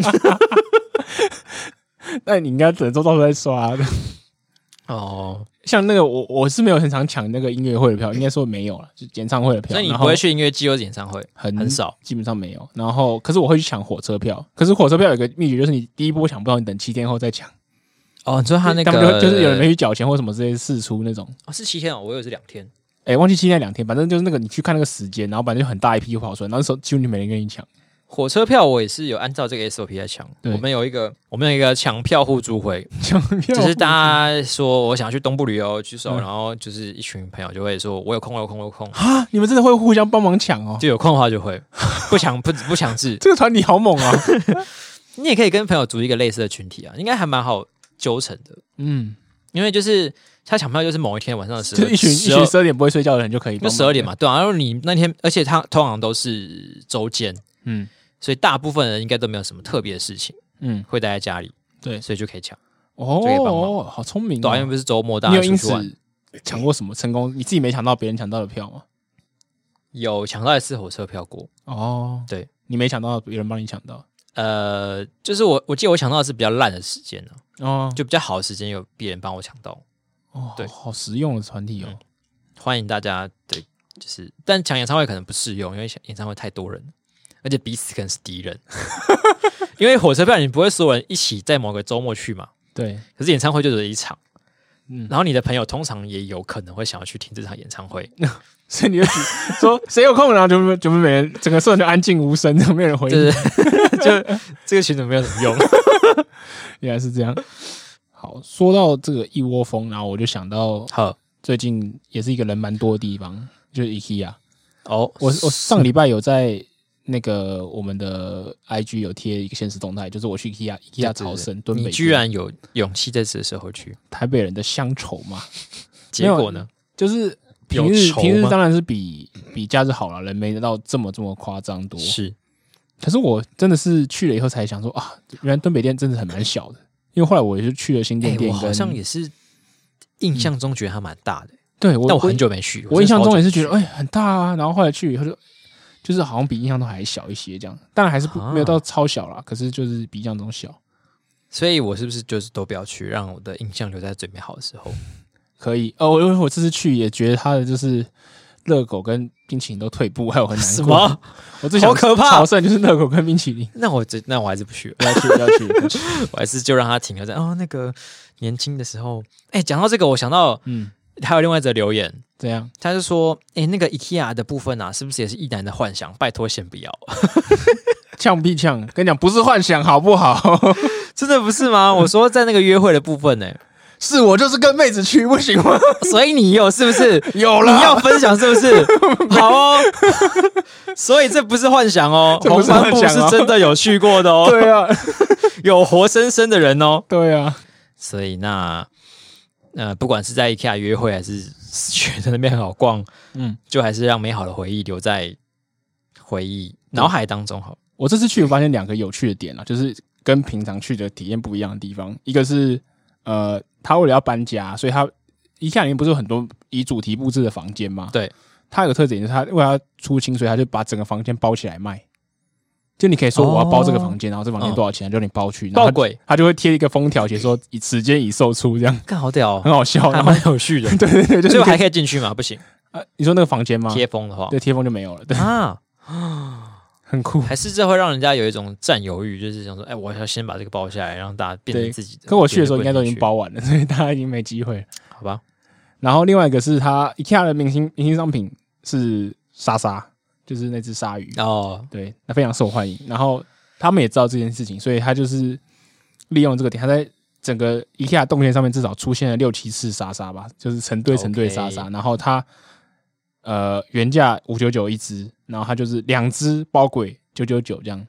那你应该等周到时候再刷的。像那个我是没有很常抢那个音乐会的票，应该说没有了，就演唱会的票。 所以你不会去音乐季或演唱会，很少， 基本上没有。然后，可是我会去抢火车票。可是火车票有个秘诀，就是你第一波抢不到，你等7天后再抢。 你说他那个就是有人没去缴钱或什么之类释出那种。 是7天我以为是2天。 忘记7天2天，反正就是那个你去看那个时间，然后反正就很大一批跑出来，然后那时候几乎没人跟你抢。 火车票我也是有按照这个 SOP 来抢。我们有一个抢票互助会，就是大家说我想去东部旅游举手，然后就是一群朋友就会说我有空啊！你们真的会互相帮忙抢哦？ 就有空的话就会不强制。 这个团体好猛啊！ 你也可以跟朋友组一个类似的群体啊，应该还蛮好纠成的。因为就是他抢票就是某一天晚上的时候， 就是一群12点不会睡觉的人就可以， 就12点嘛，对啊。然后你那天，而且他通常都是周间，所以大部分人应该都没有什么特别的事情，会待在家里， 对， 所以就可以抢，就可以帮忙。 好聪明！ 对啊，因为不是周末大家出去玩。 你有因此抢过什么成功？你自己没抢到，别人抢到的票吗？ 有抢到一次火车票过。对， 你没抢到，别人帮你抢到。 就是我记得我抢到的是比较烂的时间呢，就比较好的时间有别人帮我抢到。对， 好实用的团体哦， 欢迎大家。对，就是，但抢演唱会可能不适用，因为演唱会太多人，而且彼此可能是敌人。因为火车票你不会所有人一起在某个周末去嘛， 对。 可是演唱会就只有一场，然后你的朋友通常也有可能会想要去听这场演唱会， 所以你就说谁有空，然后就没人，整个社团就安静无声，没有人回应， 就这个群组没有什么用。 原来是这样。好，说到这个一窝蜂，然后我就想到，最近也是一个人蛮多的地方，就是 IKEA。我上礼拜有在那个我们的 IG 有贴一个限时动态，就是我去 IKEA 朝圣敦北店。 你居然有勇气在这时候去， 台北人的乡愁嘛？ 结果呢？ 就是平日当然是比假日好了，人没到这么夸张多。 是， 可是我真的是去了以后才想说啊，原来敦北店真的很蛮小的。因为后来我也是去了新店， 我好像也是印象中觉得它蛮大的。 对， 但我很久没去， 我印象中也是觉得很大啊，然后后来去以后就是好像比印象中还小一些这样，当然还是没有到超小啦，可是就是比印象中小。 所以我是不是就是都不要去，让我的印象留在最美好的时候？ 可以我这次去也觉得它的就是热狗跟冰淇淋都退步，还有很难过。 什么？ 我最想好可怕！ 朝圣就是热狗跟冰淇淋。 那我还是不去了， 不要去， 我还是就让它停留在那个年轻的时候。讲到这个，我想到还有另外一则留言， 怎样？ 他就说那个 IKEA 的部分啊，是不是也是异男的幻想？拜托先不要， 呛屁呛！跟你讲，不是幻想好不好？ 真的不是吗？我说在那个约会的部分是我就是跟妹子去不行吗？ 所以你有是不是？ 有了， 你要分享是不是？好哦，所以这不是幻想哦，红帆布是真的有去过的哦。 对啊， 有活生生的人哦。 对啊， 所以那不管是在 IKEA 约会还是觉得那边很好逛，就还是让美好的回忆留在回忆脑海当中好。 我这次去，我发现2个有趣的点就是跟平常去的体验不一样的地方。一个是他为了要搬家，所以他IKEA里面不是有很多以主题布置的房间吗？ 对， 他有个特点就是他为了要出清，所以他就把整个房间包起来卖。就你可以说我要包这个房间，然后这房间多少钱，就你包去，然后他就会贴一个封条，写说此间已售出，这样。 干好屌， 很好笑， 还蛮有趣的。 对，就是所以我还可以进去吗？不行。 你说那个房间吗？ 贴封的话， 对，贴封就没有了。对啊。很酷， 还是这会让人家有一种占有欲，就是想说，我要先把这个包下来，让大家变成自己的。 可我去的时候应该都已经包完了，所以大家已经没机会了， 好吧？ 然后另外一个是他 IKEA 的明星商品是莎莎，就是那只鲨鱼对，那非常受欢迎。然后他们也知道这件事情，所以他就是利用这个点，他在整个 IKEA 动线上面至少出现了6-7次莎莎吧，就是成对莎莎。然后他原价599一只，然后它就是2只包轨999这样，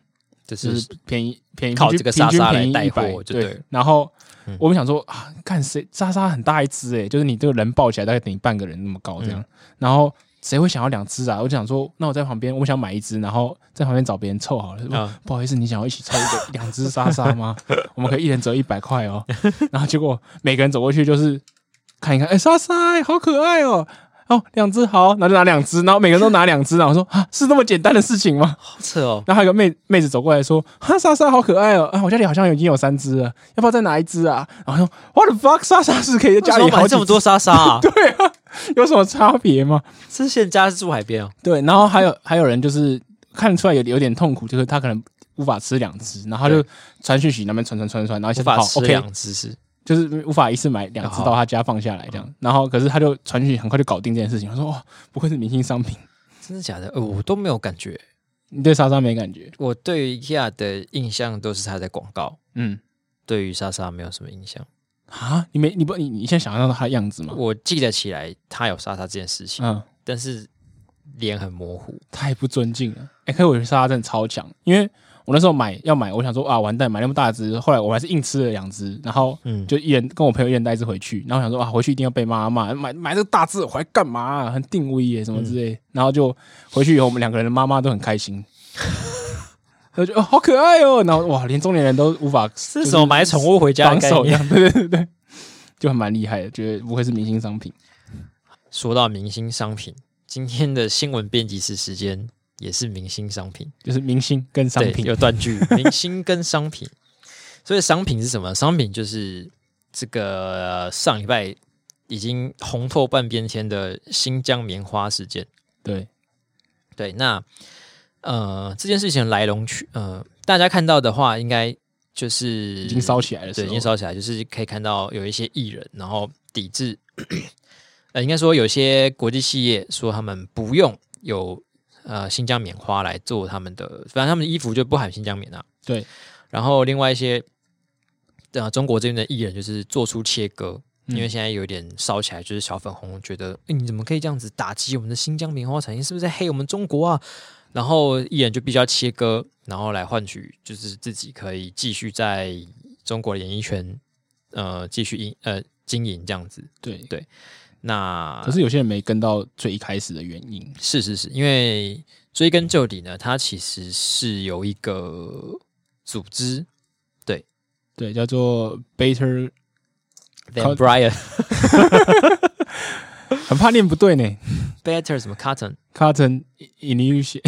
就是便宜靠这个莎莎来带货，就对。 然后我们想说啊，看谁莎莎很大一只就是你这个人抱起来大概等于半个人那么高这样，然后谁会想要2只啊？我就想说，那我在旁边，我想买1只，然后在旁边找别人凑好了。不好意思，你想要一起凑2只莎莎吗？我们可以一人折100块哦。然后结果每个人走过去就是看一看，莎莎好可爱哦。2只好，然后就拿2只，然后每个人都拿2只，然后我说啊，是那么简单的事情吗？ 好扯哦。 然后还有个妹子走过来说，莎莎好可爱哦，我家里好像已经有3只了，要不要再拿1只啊？然后说 What the fuck， 莎莎是可以在家里买这么多莎莎啊？ 对啊，有什么差别吗？ 之前家是住海边哦。 对，然后还有人就是看出来有点痛苦，就是他可能无法吃2只，然后他就传讯息那边传，然后无法吃2只是。 就是无法一次买2只到他家放下来这样，然后可是他就传讯很快就搞定这件事情。他说：“哇，不愧是明星商品， 真的假的？我都没有感觉。 你对莎莎没感觉？ 我对于 IKEA 的印象都是他在广告，对于莎莎没有什么印象啊。你现在想象到他的样子吗？ 我记得起来他有莎莎这件事情，但是脸很模糊， 太不尊敬了。可是我觉得莎莎真的超强，因为。我那时候要买，我想说啊，完蛋，买那么大只，后来我还是硬吃了2只，然后就跟我朋友一人带一只回去，然后想说啊，回去一定要被妈妈骂，买这个大只回来干嘛很定位耶什么之类，然后就回去以后，我们2个人的妈妈都很开心，他就好可爱哦，然后哇，连中年人都无法是什么买宠物回家的概念， 对，就蛮厉害的，觉得不会是明星商品。 说到明星商品，今天的新闻编辑室时间。也是明星商品， 就是明星跟商品有断句，明星跟商品。所以商品是什么？商品就是这个上礼拜已经红透半边天的新疆棉花事件。 对， 那这件事情的来龙去大家看到的话，应该就是已经烧起来了。 对，已经烧起来，就是可以看到有一些艺人，然后抵制。应该说有些国际企业说他们不用有。新疆棉花来做他们的，反正他们的衣服就不含新疆棉啊。 对， 然后另外一些中国这边的艺人就是做出切割，因为现在有点烧起来，就是小粉红觉得，你怎么可以这样子打击我们的新疆棉花产业？是不是在黑我们中国啊？然后艺人就必须要切割，然后来换取就是自己可以继续在中国的演艺圈继续经营这样子。对。那可是有些人没跟到最一开始的原因， 是，因为追根究底呢，它其实是有一个组织， 对，叫做 Better Than Brian， 很怕念不对呢。 Better 什么 Cotton Initiative，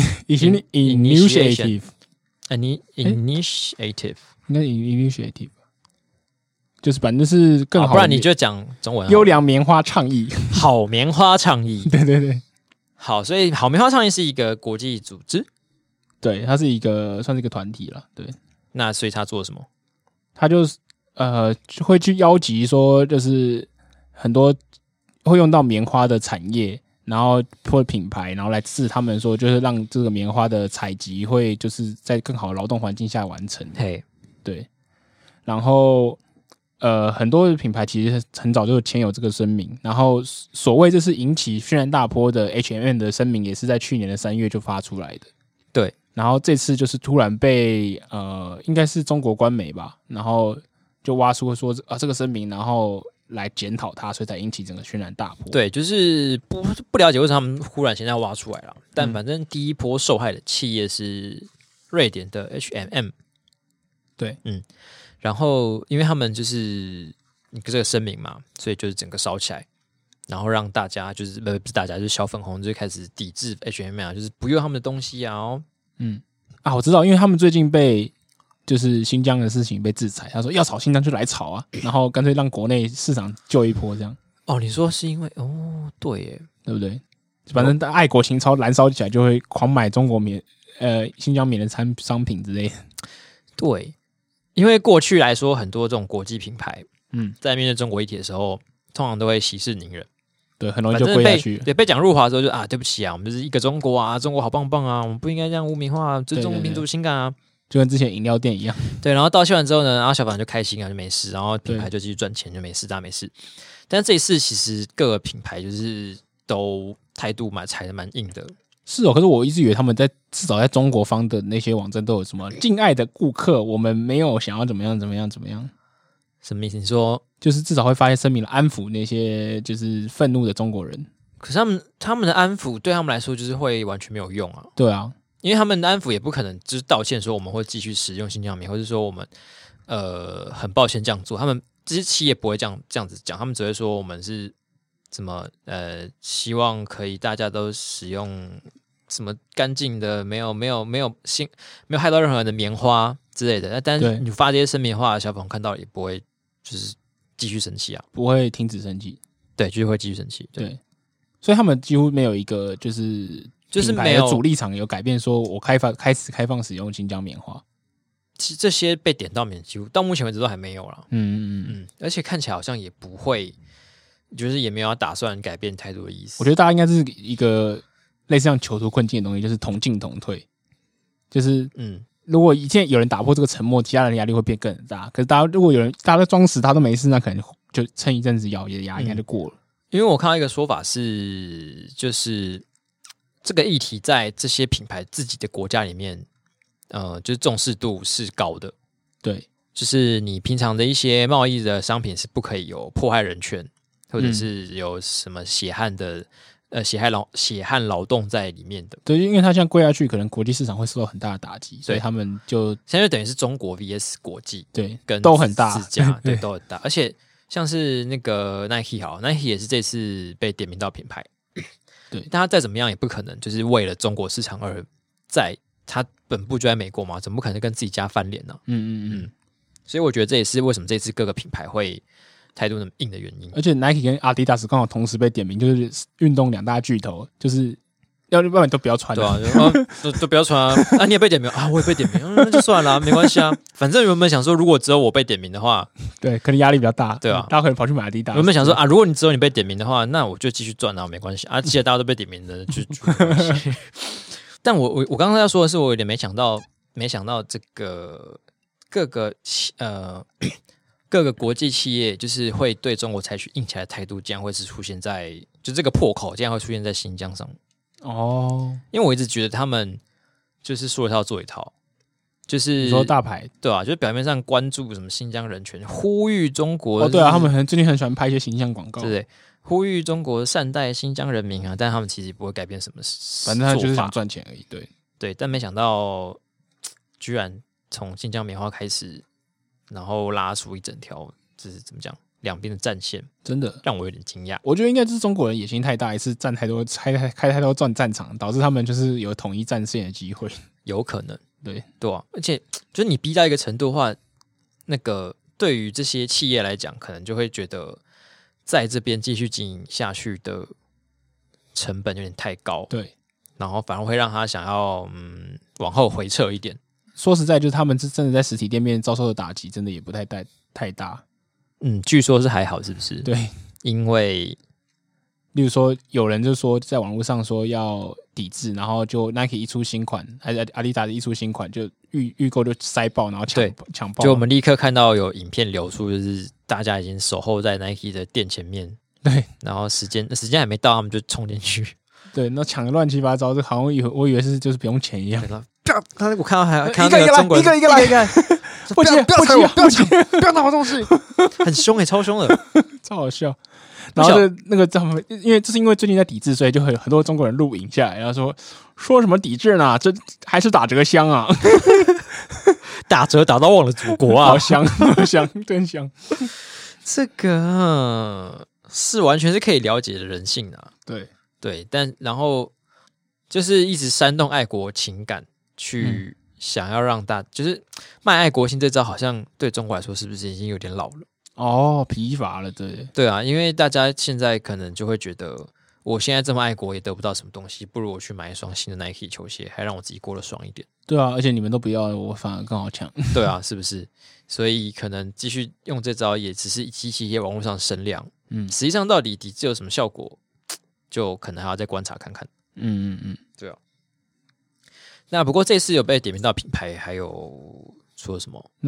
应该 Initiative。就是反正是更好， 不然你就讲中文。 优良棉花倡议， 好棉花倡议， 对， 好，所以好棉花倡议是一个国际组织， 对，它是算是一个团体了，对。 那所以他做什么？ 他就是就会去邀集说，就是很多会用到棉花的产业，然后或品牌，然后来支持他们说，就是让这个棉花的采集会就是在更好的劳动环境下完成。 嘿， 对，然后。很多品牌其实很早就签有这个声明，然后所谓这是引起轩然大波的 H&M 的声明，也是在去年的3月就发出来的。 对， 然后这次就是突然被应该是中国官媒吧，然后就挖出说这个声明，然后来检讨它，所以才引起整个轩然大波。 对，就是不了解为什么他们忽然现在挖出来了，但反正第一波受害的企业是瑞典的 H&M。 对， 然后，因为他们就是这个声明嘛，所以就是整个烧起来，然后让大家就是不是大家，就是小粉红就开始抵制 H&M 啊，就是不用他们的东西啊。 我知道，因为他们最近被就是新疆的事情被制裁，他说要炒新疆就来炒啊，然后干脆让国内市场救一波这样。 你说是因为对耶， 对不对？反正爱国情操燃烧起来，就会狂买中国新疆棉的商品之类的。 对。因为过去来说，很多这种国际品牌，在面对中国议题的时候，通常都会息事宁人， 对，很容易就跪下去。 对，被讲入华的时候就对不起啊，我们就是一个中国啊，中国好棒棒啊，我们不应该这样污名化，尊重民族情感啊， 就跟之前饮料店一样。 对，然后道歉完之后呢，然后小粉就开心啊，就没事，然后品牌就继续赚钱，就没事，大家没事。但这一次其实各个品牌就是都态度踩得蛮硬的， 是哦，可是我一直以为他们至少在中国方的那些网站都有什么敬爱的顾客，我们没有想要怎么样怎么样怎么样。 什么意思？你说就是至少会发些声明来安抚那些就是愤怒的中国人。 可是他们的安抚对他们来说就是会完全没有用啊。 对啊， 因为他们的安抚也不可能就是道歉说我们会继续使用新疆棉，或者说我们很抱歉这样做。他们这些企业不会这样子讲，他们只会说我们是什么希望可以大家都使用什么干净的，没有害到任何人的棉花之类的。但是你发这些声明的话，小粉红看到也不会就是继续生气啊， 不会停止生气。 对，就是会继续生气。对， 所以他们几乎没有一个就是没有主立场有改变，说我开始开放使用新疆棉花。 其实这些被点到免，几乎到目前为止都还没有啦。而且看起来好像也不会，就是也没有要打算改变态度的意思。 我觉得大家应该是一个类似像囚徒困境的东西，就是同进同退。就是如果现在有人打破这个沉默，其他人的压力会变更大。可是如果大家都装死，他都没事，那可能就撑一阵子咬也压应该就过了。 因为我看到一个说法是，就是这个议题在这些品牌自己的国家里面，就是重视度是高的。 对， 就是你平常的一些贸易的商品是不可以有迫害人权，或者是有什么血汗劳动在里面的。 对，因为它这样跪下去，可能国际市场会受到很大的打击，所以他们就现在就等于是中国 VS 国际， 对， 跟都很大， 自家对都很大，而且像是那个 Nike 好 ，Nike 也是这次被点名到品牌， 对， 但他再怎么样也不可能就是为了中国市场而在他本部就在美国嘛，怎么可能跟自己家翻脸呢？所以我觉得这也是为什么这次各个品牌会态度那么硬的原因。 而且 Nike 跟 Adidas 刚好同时被点名，就是运动两大巨头，就是要不然都不要穿， 对啊，都不要穿啊！你也被点名啊，我也被点名，那就算了，没关系啊。反正原本想说，如果只有我被点名的话， 对，可能压力比较大， 对啊， 大家可能跑去买 Adidas。 原本想说啊，如果只有你被点名的话，那我就继续赚啊，没关系啊。既然大家都被点名的，就没关系。但我刚刚要说的是，我有点没想到这个各个国际企业就是会对中国采取硬起来的态度，竟然会是出现在就这个破口，竟然会出现在新疆上。因为我一直觉得他们就是说一套做一套，就是你说大牌对啊，就是表面上关注什么新疆人权，呼吁中国对啊，他们最近很喜欢拍一些形象广告， 对，呼吁中国善待新疆人民啊，但他们其实不会改变什么， 反正他就是想赚钱而已， 对，但没想到居然从新疆棉花开始，然后拉出一整条，就是怎么讲，两边的战线， 真的让我有点惊讶。 我觉得应该就是中国人野心太大，一次开太多战场，导致他们就是有统一战线的机会， 有可能， 对啊，而且就是你逼到一个程度的话，那个对于这些企业来讲，可能就会觉得在这边继续经营下去的成本有点太高， 对， 然后反而会让他想要往后回撤一点。 说实在，就是他们真的在实体店面遭受的打击，真的也不太大。 据说是还好，是不是？ 对， 因为例如说，有人就说在网络上说要抵制，然后就 Nike 一出新款，还是阿迪达斯一出新款，就预购就塞爆，然后抢爆。 就我们立刻看到有影片流出，就是大家已经守候在 Nike 的店前面， 对， 然后时间还没到，他们就冲进去， 对，那抢的乱七八糟，这好像我以为是就是不用钱一样。 我看到那个中国人一个来，不急，不要拿我东西， 很凶超凶的， 超好笑。然后那个因为最近在抵制，所以就会有很多中国人录影下来，然后说什么抵制呢？这还是打折香啊！ 打折打到忘了祖国啊！ 好香，好香，真香。 这个是完全是可以了解的人性啊。对，但然后就是一直煽动爱国情感。去想要让就是卖爱国心这招，好像对中国来说是不是已经有点老了？ 疲乏了， 对啊，因为大家现在可能就会觉得，我现在这么爱国也得不到什么东西，不如我去买一双新的 Nike 球鞋，还让我自己过得爽一点。 对啊，而且你们都不要，我反而更好抢。 对啊，是不是？所以可能继续用这招，也只是激起一些网络上的声量。实际上到底抵制有什么效果，就可能还要再观察看看。对啊。那不过这次有被点名到品牌，还有说什么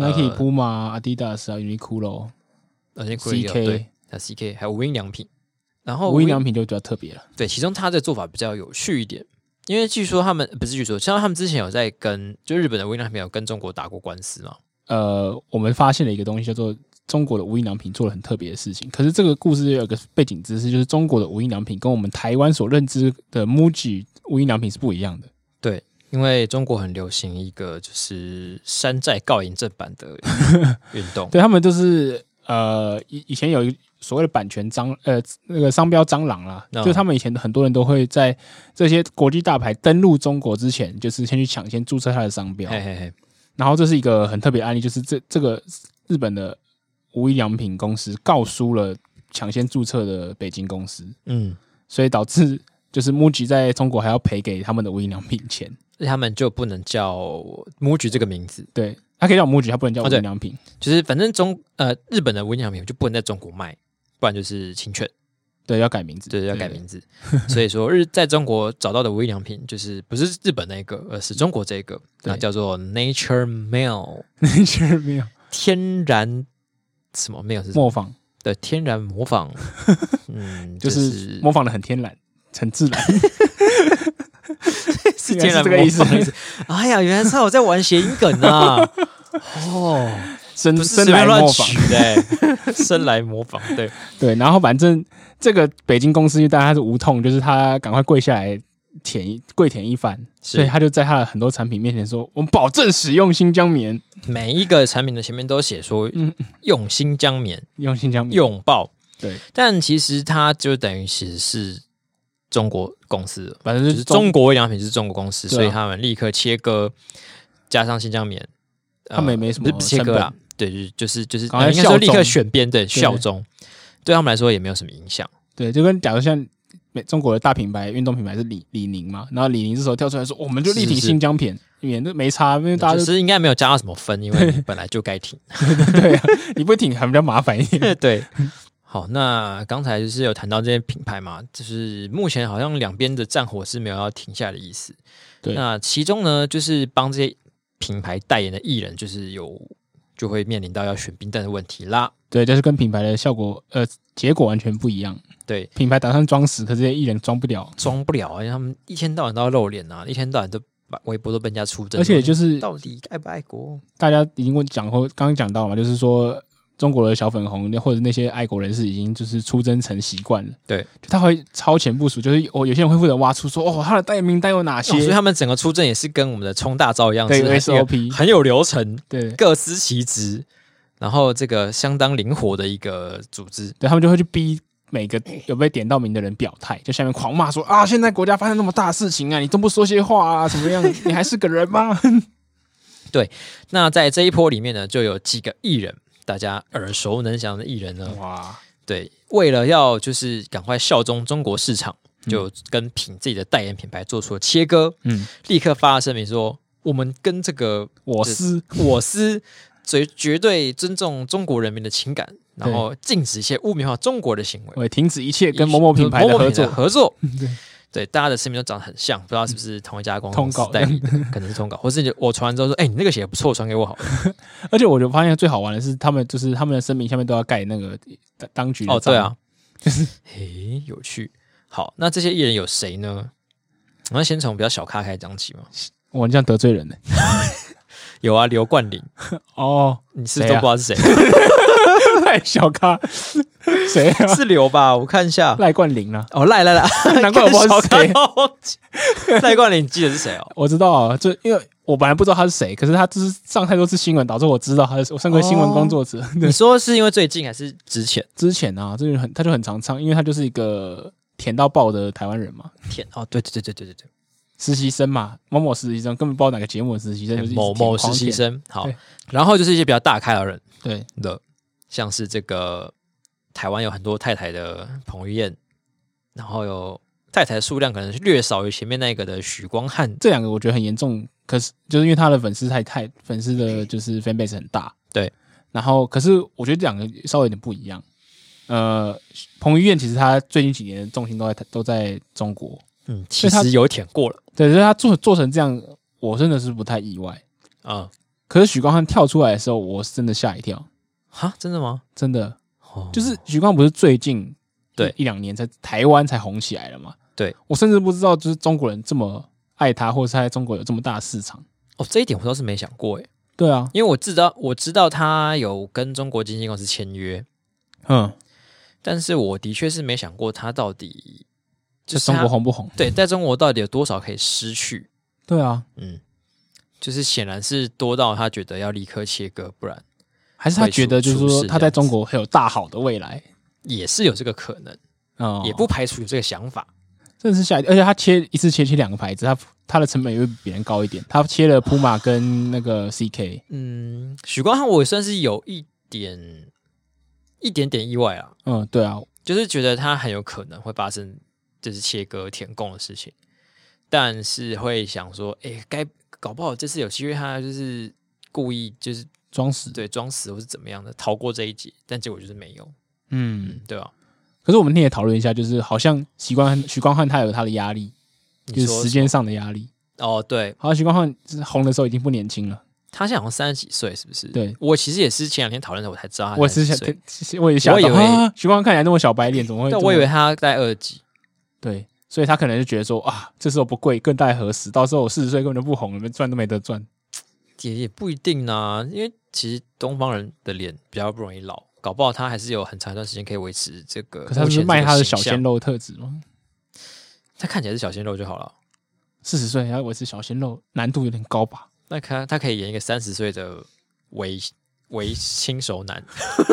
Nike、Puma、Adidas、Uniqlo、CK， 还有 CK， 还有无印良品。然后无印良品就比较特别了。 对，其中他的做法比较有趣一点， 因为据说他们不是据说，像他们之前有在跟就日本的无印良品有跟中国打过官司嘛。 我们发现了一个东西叫做中国的无印良品做了很特别的事情，可是这个故事有个背景知识，就是中国的无印良品跟我们台湾所认知的 MUJI 无印良品是不一样的。 对，因为中国很流行一个就是山寨告赢正版的运动， 对他们就是以前有所谓的版权那个商标蟑螂啦，就他们以前很多人都会在这些国际大牌登陆中国之前，就是先去抢先注册它的商标。 嘿嘿嘿， 然后这是一个很特别的案例，就是这个日本的无印良品公司告输了抢先注册的北京公司，所以导致就是 MUJI 在中国还要赔给他们的无印良品钱， 他们就不能叫 MUJI 这个名字， 对，他可以叫 MUJI，他不能叫无印良品， 就是反正日本的无印良品就不能在中国卖，不然就是侵权。 对，要改名字， 对，要改名字。所以说在中国找到的无印良品，就是不是日本那个，而是中国这个，那叫做 Nature Male。Nature Male， 天然什么 Male 是什么？ 模仿， 对，天然模仿， 就是模仿的很天然，很自然。 是天然模仿的意思。哎呀，原来是我在玩谐音梗啊！哦。 生来模仿， 生来模仿，对对。然后反正这个北京公司，因为大家是无痛，就是他赶快跪下来跪舔一番，所以他就在他的很多产品面前说：“我们保证使用新疆棉。” 每一个产品的前面都写说“用新疆棉， 用新疆棉， 拥抱”。 对， 但其实它就等于其实是中国公司， 反正就是中国无印良品是中国公司，所以他们立刻切割，加上新疆棉， 他们也没什么切割啦。对，就是应该说立刻选边的效忠，对他们来说也没有什么影响。 对，就跟假如像中国的大品牌运动品牌是李宁嘛，然后李宁这时候跳出来说，我们就力挺新疆棉，免得没差，因为大家就是应该没有加到什么分，因为本来就该挺。 对啊，你不挺还比较麻烦一点。 对，好，那刚才就是有谈到这些品牌嘛，就是目前好像两边的战火是没有要停下来的意思。 对， 那其中呢，就是帮这些品牌代言的艺人，就是就会面临到要选冰蛋的问题啦。 对，就是跟品牌的效果结果完全不一样。 对， 品牌打算装死，可是这些艺人装不了， 因为他们一天到晚都要露脸啊，一天到晚都把微博都被人家出征， 而且就是到底爱不爱国？ 大家已经讲过，刚刚讲到嘛，就是说中国的小粉红或者那些爱国人士已经就是出征成习惯了。 对， 就他会超前部署，就是有些人会负责挖出说他的代言名单有哪些， 所以他们整个出征也是跟我们的冲大招一样， 对是 SOP 很有流程， 对， 各司其职。然后这个相当灵活的一个组织， 对他们就会去逼每个有被点到名的人表态，就下面狂骂说现在国家发生那么大的事情啊，你都不说些话啊，怎么样？你还是个人吗？ 对，那在这一波里面呢，就有几个艺人，大家耳熟能详的艺人呢，哇，对，为了要就是赶快效忠中国市场，就跟自己的代言品牌做出了切割，立刻发了声明说，我们跟这个我司。绝对尊重中国人民的情感，然后禁止一切污名化中国的行为， 停止一切跟某某品牌的合作。 对，大家的声明都长得很像，不知道是不是同一家公司代理的，可能是通稿，或是我传完之后说，你那个写的不错，传给我好了。 而且我就发现最好玩的是，他们的声明下面都要盖那个当局的章。 对啊，就是有趣。好，那这些艺人有谁呢？我们先从比较小咖开始讲起嘛。 我这样得罪人呢。 有啊，刘冠霖你是不是都不知道是谁？ 太小咖，谁啊？ 是刘吧？我看一下， 赖冠霖啊。 赖， 难怪我不知道是谁。 赖冠霖，你记得是谁哦？ 我知道啊，就因为我本来不知道他是谁，可是他就是上太多次新闻，导致我知道我上过新闻工作者。 你说是因为最近还是之前？ 之前啊，他就很常唱，因为他就是一个甜到爆的台湾人嘛。 对。 实习生嘛，某实习生根本不知道哪个节目的实习生，就是某实习生。好，然后就是一些比较大咖的人， 对的，像是这个台湾有很多太太的彭于晏，然后有太太的数量可能略少于前面那个的许光汉， 这两个我觉得很严重。可是就是因为他的粉丝粉丝的就是 fan base 很大， 对。 然后可是我觉得这两个稍微有点不一样。彭于晏其实他最近几年的重心都在中国。 其实有舔过了， 对，所以他做成这样，我真的是不太意外啊。 可是许光汉跳出来的时候，我是真的吓一跳。 哈，真的吗？ 真的，就是许光汉不是最近一两年在台湾才红起来了嘛？ 对， 我甚至不知道，就是中国人这么爱他，或者是他在中国有这么大的市场。 哦，这一点我倒是没想过诶。 对啊， 因为我知道他有跟中国经纪公司签约，但是我的确是没想过他到底在中国红不红？ 对，在中国到底有多少可以失去？ 对啊， 就是显然是多到他觉得要立刻切割，不然还是他觉得就是说他在中国会有大好的未来， 也是有这个可能，也不排除有这个想法。 真的是而且他一次切2个牌子，他的成本也会比别人高一点。他切了 Puma 跟那个 CK。 许光汉我也算是有一点点意外啊。 对啊， 就是觉得他很有可能会发生就是切割填供的事情，但是会想说，搞不好这次有机会，他就是故意就是装死， 对，装死或是怎么样的逃过这一劫，但结果就是没有。对吧？ 可是我们也讨论一下，就是好像许光汉他有他的压力，就是时间上的压力。 对， 好像许光汉红的时候已经不年轻了， 他现在好像30几岁，是不是？ 对， 我其实也是前2天讨论的时候我才知道他 30 岁。 我也想，我以为许光汉看起来那么小白脸，怎么会？ 但我以为他在20几。 对，所以他可能就觉得说啊，这时候不贵，更待何时？到时候我40岁根本就不红了，赚都没得赚。 也不一定啊，因为其实东方人的脸比较不容易老。搞不好他还是有很长一段时间可以维持这个。 可是他是卖他的小鲜肉特质吗？ 他看起来是小鲜肉就好了。 40岁要维持小鲜肉，难度有点高吧？ 那他可以演一个30岁的为轻熟男。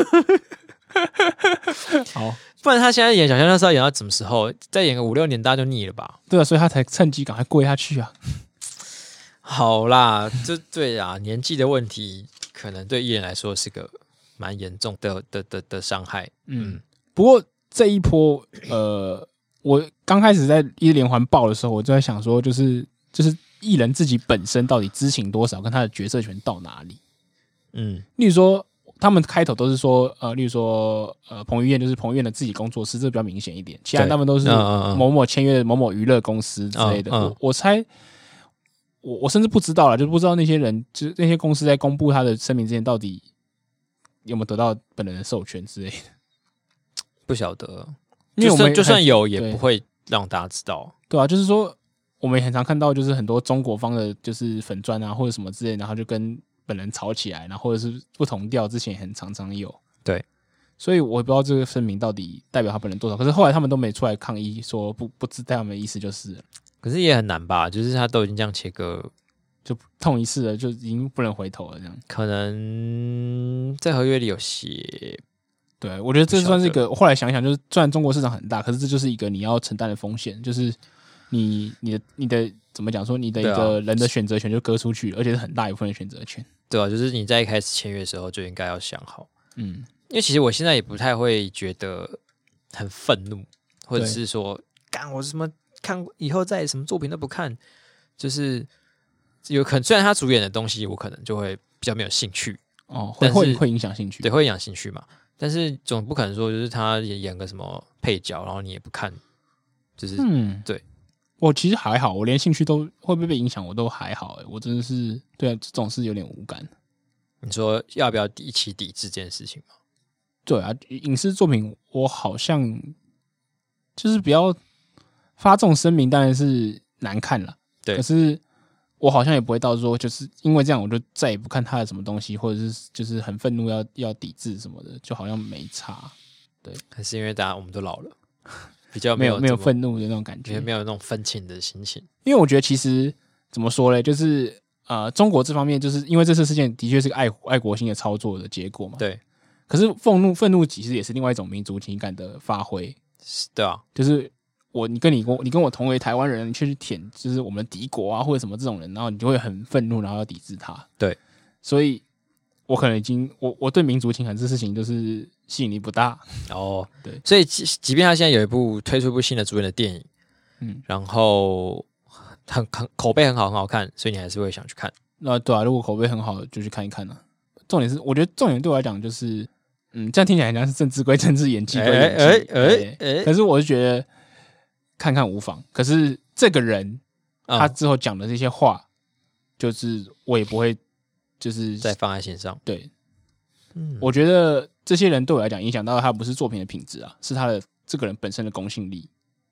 好， 不然他现在演小鲜肉是要演到什么时候？再演个5、6年，大家就腻了吧？ 对啊，所以他才趁机赶快跪下去啊。 好啦，这对啊，年纪的问题可能对艺人来说是个蛮严重的伤害。 不过这一波，我刚开始在一连环爆的时候，我就在想说，就是艺人自己本身到底知情多少，跟他的决策权到哪里？例如说，他们开头都是说，例如说，彭于晏就是彭于晏的自己工作室，这比较明显一点。其他他们都是某某签约的某某娱乐公司之类的。我猜。我甚至不知道了，就不知道那些人，就是那些公司在公布他的声明之前，到底有没有得到本人的授权之类的， 不晓得。 因为我们就算有，也不会让大家知道。 对啊，就是说我们也很常看到，就是很多中国方的，就是粉专啊或者什么之类，然后就跟本人吵起来，然后或者是不同调，之前也很常有。 对， 所以我也不知道这个声明到底代表他本人多少。可是后来他们都没出来抗议，说不知道他们的意思就是了。 可是也很难吧，就是他都已经这样切割， 就痛一次了，就已经不能回头了，这样。 可能在合约里有写。 对，我觉得这算是一个。后来想想，就是虽然中国市场很大，可是这就是一个你要承担的风险，就是你的怎么讲说，你的一个人的选择权就割出去了，而且是很大一部分的选择权。 对啊，就是你在一开始签约的时候就应该要想好。因为其实我现在也不太会觉得很愤怒，或者是说干我什么。看以后再什么作品都不看，就是有可能虽然他主演的东西我可能就会比较没有兴趣会影响兴趣， 对，会影响兴趣嘛。但是总不可能说就是他演个什么配角，然后你也不看，就是对。 我其实还好，我连兴趣都会不会被影响，我都还好。我真的是对这种事有点无感。 你说要不要一起抵制这件事情吗？ 对啊，影视作品我好像就是比较。发这种声明当然是难看了， 对。 可是我好像也不会到说，就是因为这样我就再也不看他的什么东西，或者是就是很愤怒要抵制什么的，就好像没差。对， 还是因为大家我们都老了，比较没有愤怒的那种感觉， 没有那种愤青的心情。 因为我觉得其实怎么说嘞，就是中国这方面就是因为这次事件的确是个爱国心的操作的结果嘛。 对。 可是愤怒其实也是另外一种民族情感的发挥。 对啊， 就是。你跟我同为台湾人，你却去舔就是我们的敌国啊或者什么这种人，然后你就会很愤怒，然后要抵制他。 对， 所以我可能已经我对民族情感这事情就是吸引力不大。 对，所以即便他现在推出一部新的主演的电影，然后口碑很好看，所以你还是会想去看。 那对啊，如果口碑很好就去看一看啊。重点是，我觉得重点对我来讲就是，这样听起来好像是政治归政治，演技归演技。可是我是觉得。看看无妨，可是这个人他之后讲的这些话，就是我也不会就是再放在心上。 对，我觉得这些人对我来讲影响到他不是作品的品质啊，是他的这个人本身的公信力。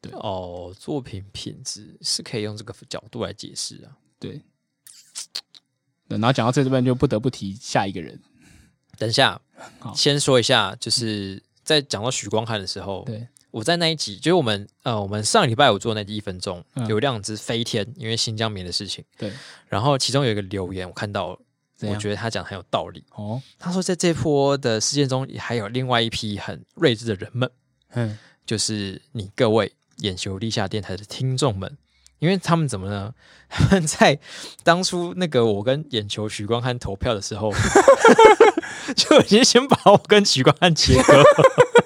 对作品品质是可以用这个角度来解释啊。 对，然后讲到这边就不得不提下一个人。 等一下，先说一下，就是在讲到许光汉的时候， 对， 我在那一集，就是我们上个礼拜五做那集1分钟，有2只飞天，因为新疆棉的事情， 对， 然后其中有一个留言我看到了，我觉得他讲得很有道理。他说在这波的事件中，还有另外一批很睿智的人们，就是你各位眼球地下电台的听众们。因为他们怎么呢？他们在当初那个我跟眼球许光汉投票的时候，就已经先把我跟许光汉切割了。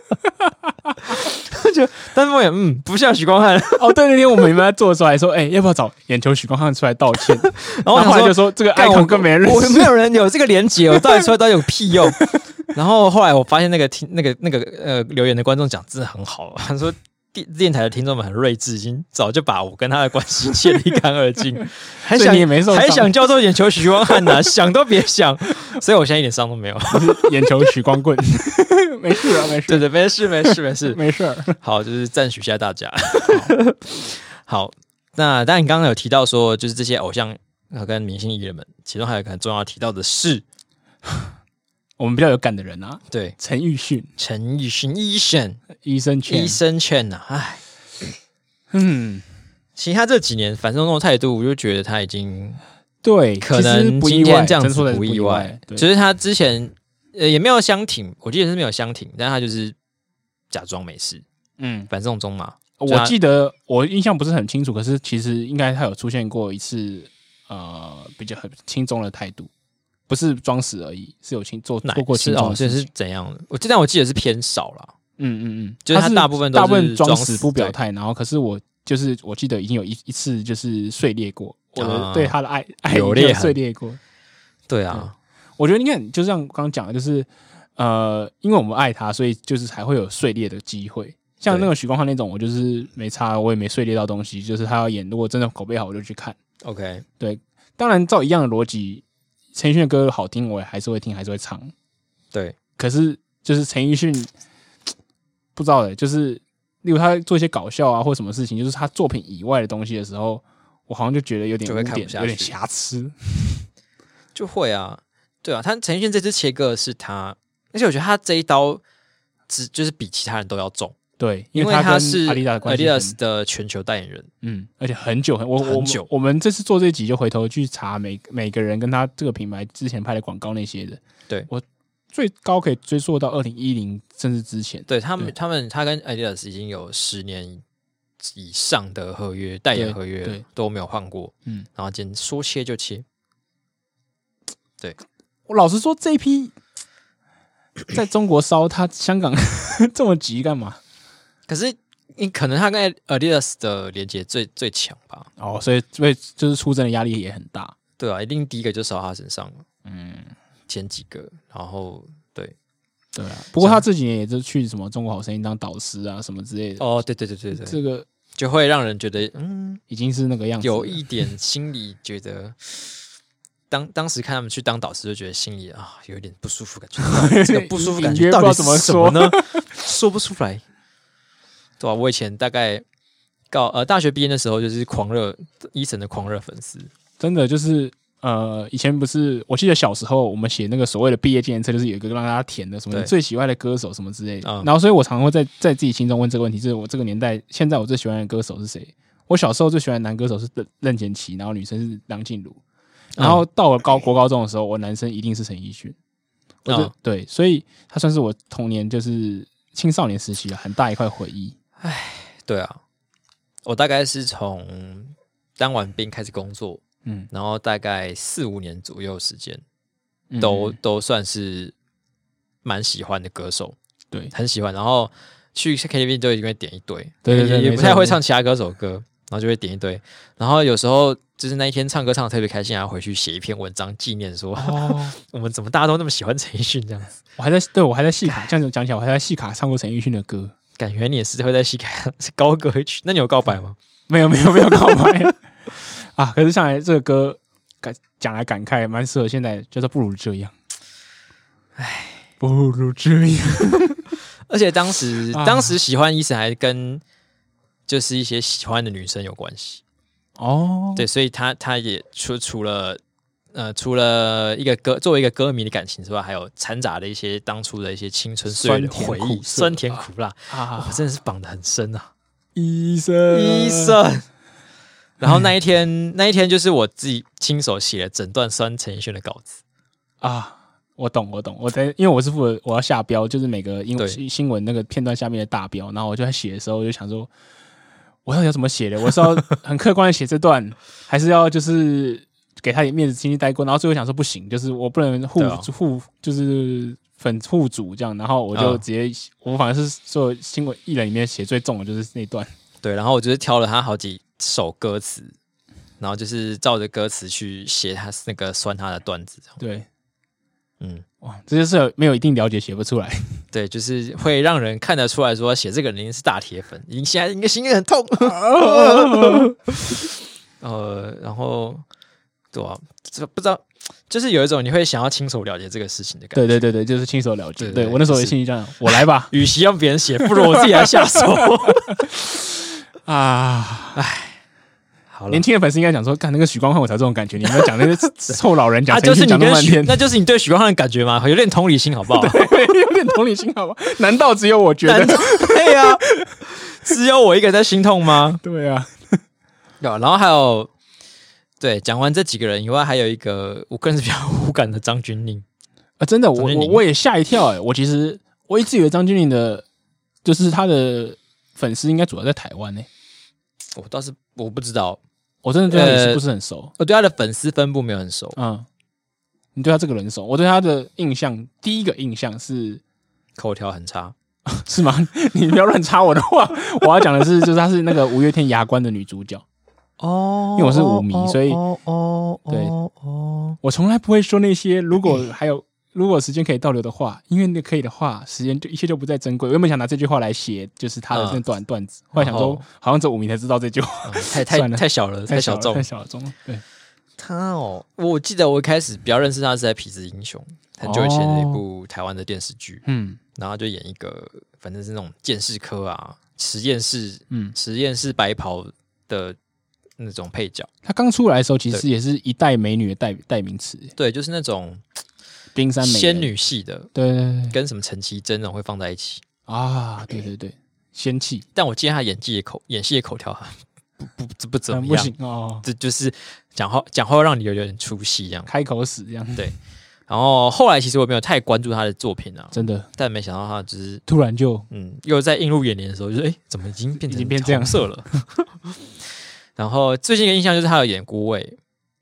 就但是我也不像许光汉对，那天我们在做的时候还说，要不要找眼球许光汉出来道歉？然后后来就说这个 icon 跟没人认识， 我没有人有这个连结，我到底出来到底有屁用？然后后来我发现那个留言的观众讲真的很好，他说。电台的听众们很睿智，已经早就把我跟他的关系切得一干二净，还想叫做眼球许光汉呢，想都别想。所以我现在一点伤都没有， 眼球许光棍，没事啊，没事， 对，没事， 没事。 好，就是赞许一下大家。好，那当然你刚刚有提到说，就是这些偶像跟明星艺人们，其中还有一个很重要提到的是。 我们比较有感的人啊， 对， 陈奕迅医生劝啊，其实他这几年反送中的态度，我就觉得他已经对， 可能今天这样子不意外，就是他之前也没有相挺，我记得是没有相挺，但他就是假装没事，反送中嘛， 我记得我印象不是很清楚，可是其实应该他有出现过一次，比较很轻松的态度。不是装死而已，是有做过轻重的事情。 是怎样的？我记得是偏少啦。就是他大部分装死不表态，然后可是我记得已经有一次就是碎裂过，我的对他的爱有碎裂过。 对啊， 我觉得你看，就像刚刚讲的，就是因为我们爱他，所以就是才会有碎裂的机会。像那个许光汉那种，我就是没差，我也没碎裂到东西。就是他要演，如果真的口碑好，我就去看。 OK， 对，当然照一样的逻辑。陈奕迅的歌好听，我也还是会听，还是会唱。 对， 可是就是陈奕迅不知道的，就是例如他做一些搞笑啊，或什么事情，就是他作品以外的东西的时候，我好像就觉得有点污点，有点瑕疵。 就会啊，对啊，他陈奕迅这支切割是他，而且我觉得他这一刀就是比其他人都要重。对， 因为他是 Adidas 的全球代言人， 而且很久，我们这次做这一集就回头去查每个人跟他这个品牌之前拍的广告那些的， 对我最高可以追溯到2010甚至之前。 对他跟 Adidas 已经有10年以上的合约，代言合约都没有换过，然后今天说切就切。对， 我老实说，这一批在中国烧，他香港这么急干嘛？ 可是可能他跟 Adidas 的连接最强吧？ 所以就是出征的压力也很大。 对啊，一定第一个就烧他身上了。前几个，然后对啊。不过他这几年也是去什么中国好声音当导师啊，什么之类的。 对， 这个就会让人觉得已经是那个样子， 有一点心里觉得。当时看他们去当导师，就觉得心里有一点不舒服感觉。这个不舒服感觉到底是什么呢？说不出来。对啊，我以前大概大学毕业的时候，就是Eason 的狂热粉丝。真的就是以前不是，我记得小时候我们写那个所谓的毕业纪念册，就是有一个让大家填的什么你最喜欢的歌手什么之类的。然后所以我常常会在自己心中问这个问题，就是我这个年代现在我最喜欢的歌手是谁？我小时候最喜欢的男歌手是任贤齐，然后女生是梁静茹。然后到了国高中的时候，我男生一定是陈奕迅。对，所以他算是我童年就是青少年时期很大一块回忆。 对啊，我大概是从当完兵开始工作，然后大概4-5年左右时间，都算是蛮喜欢的歌手，对，很喜欢。然后去 KTV 都一定会点一堆，对，也不太会唱其他歌手歌，然后就会点一堆。然后有时候就是那一天唱歌唱得特别开心，然后回去写一篇文章纪念说，我们怎么大家都那么喜欢陈奕迅这样子。我还在戏卡，这样讲起来，我还在戏卡唱过陈奕迅的歌。感觉你也是会在戏卡高歌一曲，那你有告白吗？没有告白啊！可是上来这个歌讲来感慨，蛮适合现在，叫做不如这样。不如这样。而且当时喜欢Eason还跟就是一些喜欢的女生有关系。 哦， 对，所以他也除了作为一个歌迷的感情之外，还有掺杂了一些当初的一些青春岁月的回忆，酸甜苦辣啊，我真的是绑得很深啊。 医生， 然后那一天就是我自己亲手写了整段酸陈奕迅的稿子啊。我懂，因为我是负责我要下标，就是每个新闻那个片段下面的大标，然后我就在写的时候，我就想说，我到底要怎么写的？我是要很客观的写这段，还是要就是给他点面子，轻轻带过？然后最后想说不行，就是我不能就是互主这样，然后我就直接，我反而是所有新闻艺人里面写最重的就是那段。 对，然后我就是挑了他好几首歌词，然后就是照着歌词去写他那个酸他的段子。 对。哇，这就是没有一定了解写不出来。 对，就是会让人看得出来说写这个人是大铁粉，现在应该心里很痛。然后对啊，不知道，就是有一种你会想要亲手了解这个事情的感觉。 对，就是亲手了解。对我那时候也心里这样，我来吧， 与其让别人写，不如我自己来下手。 年轻的粉丝应该讲说，干那个许光汉我才这种感觉，你们讲那个臭老人讲陈奕迅讲那么半天， 那就是你对许光汉的感觉吗？有点同理心好不好？ 对，有点同理心好不好？难道只有我觉得？ 对啊，只有我一个人在心痛吗？ 对啊， 然后还有对，讲完这几个人以外，还有一个我个人是比较无感的张钧甯啊，真的，我也吓一跳哎！我其实我一直以为张钧甯的，就是他的粉丝应该主要在台湾呢。 我倒是我不知道。 我真的对他也是不是很熟， 我对他的粉丝分布没有很熟。 你对他这个人熟？我对他的印象，第一个印象是口条很差， 是吗？你不要乱插我的话。我要讲的是，就是她是那个五月天牙关的女主角哦。因为我是舞迷，所以对，我从来不会说那些。如果时间可以倒流的话，音乐可以的话，时间就一切就不再珍贵。我原本想拿这句话来写，就是他的那段子，后来想说，好像这舞迷才知道这句话， 太小了，太小众。 对， 他我记得我一开始比较认识他是在《痞子英雄》，很久以前的一部台湾的电视剧，然后就演一个反正是那种鉴识科啊、实验室白袍的那种配角。 他刚出来的时候，其实也是一代美女的代名词， 对，就是那种。 冰山美人仙女系的， 对， 跟什么陈绮贞那种会放在一起啊，对，仙气。 但我记得他演戏的口条不怎么样， 不行哦， 这就是讲话会让你有点出戏，这样开口死这样。 对，然后后来其实我没有太关注他的作品啊， 真的， 但没想到他只是突然就又在映入眼帘的时候，就是怎么已经变这样色了。然后最近的印象就是他有演孤味，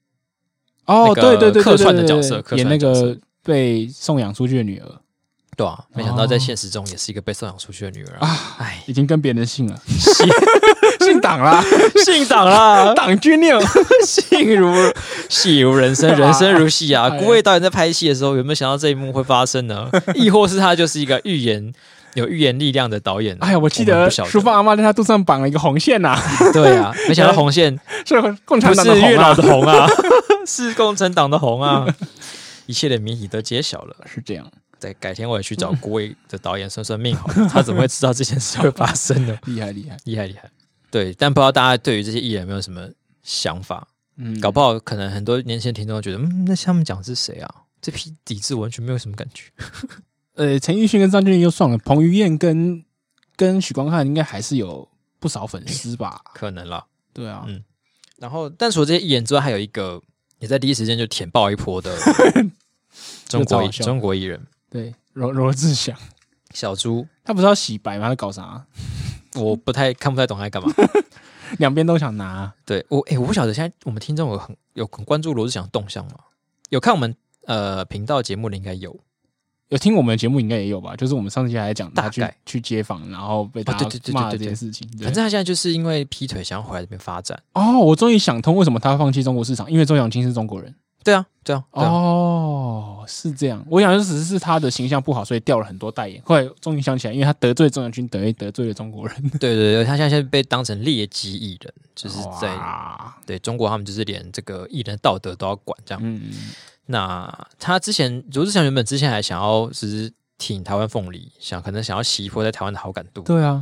对，客串的角色， 演那个。被送养出去的女儿， 对啊，没想到在现实中也是一个被送养出去的女儿啊！哎， 已经跟别人姓了，姓党啦，党军令， 戏如人生，人生如戏啊！孤味导演在拍戏的时候，有没有想到这一幕会发生呢？亦或是他就是一个有预言力量的导演？ 哎呀，我记得淑芳阿嬷在他肚上绑了一个红线呐！ 对啊，没想到红线是共产党的红啊， 月老的红啊，是共产党的红啊！一切的谜底都揭晓了， 是这样。 对，改天我也去找孤味的导演算算命好了，他怎么会知道这件事会发生呢？ 厉害。 对，但不知道大家对于这些艺人有没有什么想法？搞不好可能很多年轻的听众觉得，那他们讲的是谁啊？这批抵制完全没有什么感觉。 陈奕迅跟张钧甯又算了，彭于晏跟许光汉应该还是有不少粉丝吧？ 可能啦。 对啊， 然后，但除了这些艺人之外，还有一个。也在第一时间就舔爆一波的中国艺人， 对罗志祥、 小猪， 他不是要洗白吗？他搞啥？ 我看不太懂他在干嘛。 两边都想拿。 对我不晓得现在我们听众有很关注罗志祥动向吗？有看我们频道节目的应该有听我们的节目应该也有吧？就是我们上次还讲他去街访，然后被大家骂这件事情。 反正他现在就是因为劈腿，想要回来这边发展。 哦，我终于想通为什么他放弃中国市场，因为周扬青是中国人。 对啊。 哦，是这样。我想只是他的形象不好，所以掉了很多代言。后来终于想起来，因为他得罪周扬青，得罪了中国人。 对，他现在被当成劣迹艺人，就是在中国他们就是连这个艺人的道德都要管这样。那他罗志祥原本之前还想要只是挺台湾凤梨，可能想要洗一波在台湾的好感度。 对啊，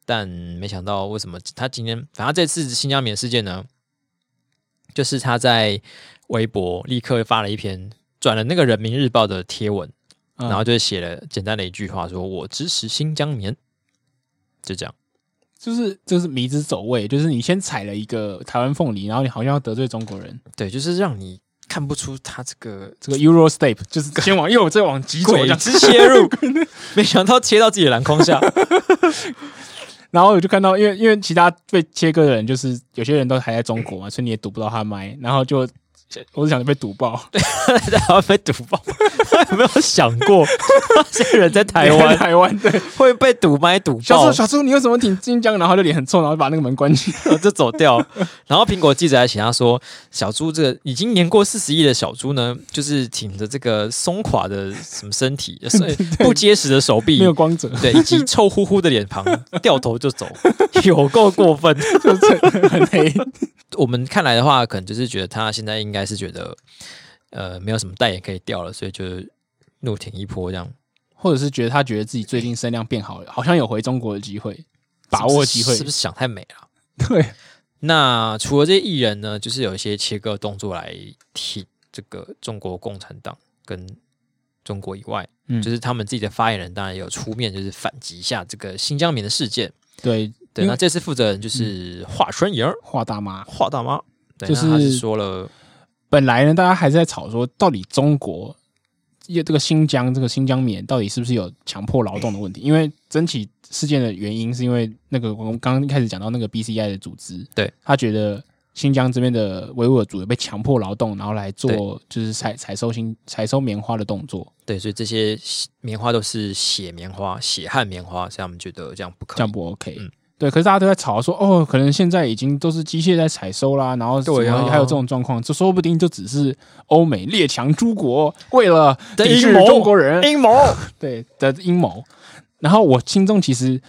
但没想到为什么他今天，反正这次新疆棉事件呢，就是他在微博立刻发了一篇，转了那个人民日报的贴文，然后就写了简单的一句话，说我支持新疆棉，就这样。 就是迷之走位，就是你先踩了一个台湾凤梨，然后你好像要得罪中国人， 对，就是让你看不出他这个 Euro step， 就是先往右，再往极左， 鬼之切入，没想到切到自己的篮筐下。 然后我就看到，因为其他被切割的人，就是有些人都还在中国嘛，所以你也堵不到他麦，然后就。我是想被堵爆， 在台湾被堵爆，他有没有想过，这些人在台湾对会被堵麦堵爆？ 小猪，你为什么挺新疆？然后就脸很臭，然后把那个门关起， 就走掉。然后苹果记者还写他说，小猪这个已经年过40亿的小猪呢，就是挺着这个松垮的什么身体，不结实的手臂， 没有光泽， 对，以及臭乎乎的脸庞，掉头就走，有够过分， 就是很黑。 我们看来的话，可能就是觉得他现在应该是觉得，没有什么代言可以掉了，所以就怒挺一波这样， 或者是觉得自己最近声量变好了，好像有回中国的机会，把握机会， 是不是想太美了？ 对。 那除了这些艺人呢，就是有一些切割动作来替这个中国共产党跟中国以外，就是他们自己的发言人当然也有出面，就是反击一下这个新疆棉的事件。对，那这次负责人就是华春莹，华大妈，对，就是他是说了， 本来呢，大家还是在吵说，到底中国这个新疆棉到底是不是有强迫劳动的问题？因为整起事件的原因是因为那个我们刚刚一开始讲到那个 BCI 的组织， 对， 他觉得新疆这边的维吾尔族有被强迫劳动，然后来做就是采收棉花的动作。 对，所以这些棉花都是血棉花、血汗棉花，所以他们觉得这样不可以， 这样不 OK。对，可是大家都在吵说，哦，可能现在已经都是机械在采收啦，然后还有这种状况，这说不定就只是欧美列强诸国为了抵制中国人阴谋， 对的阴谋。然后我心中其实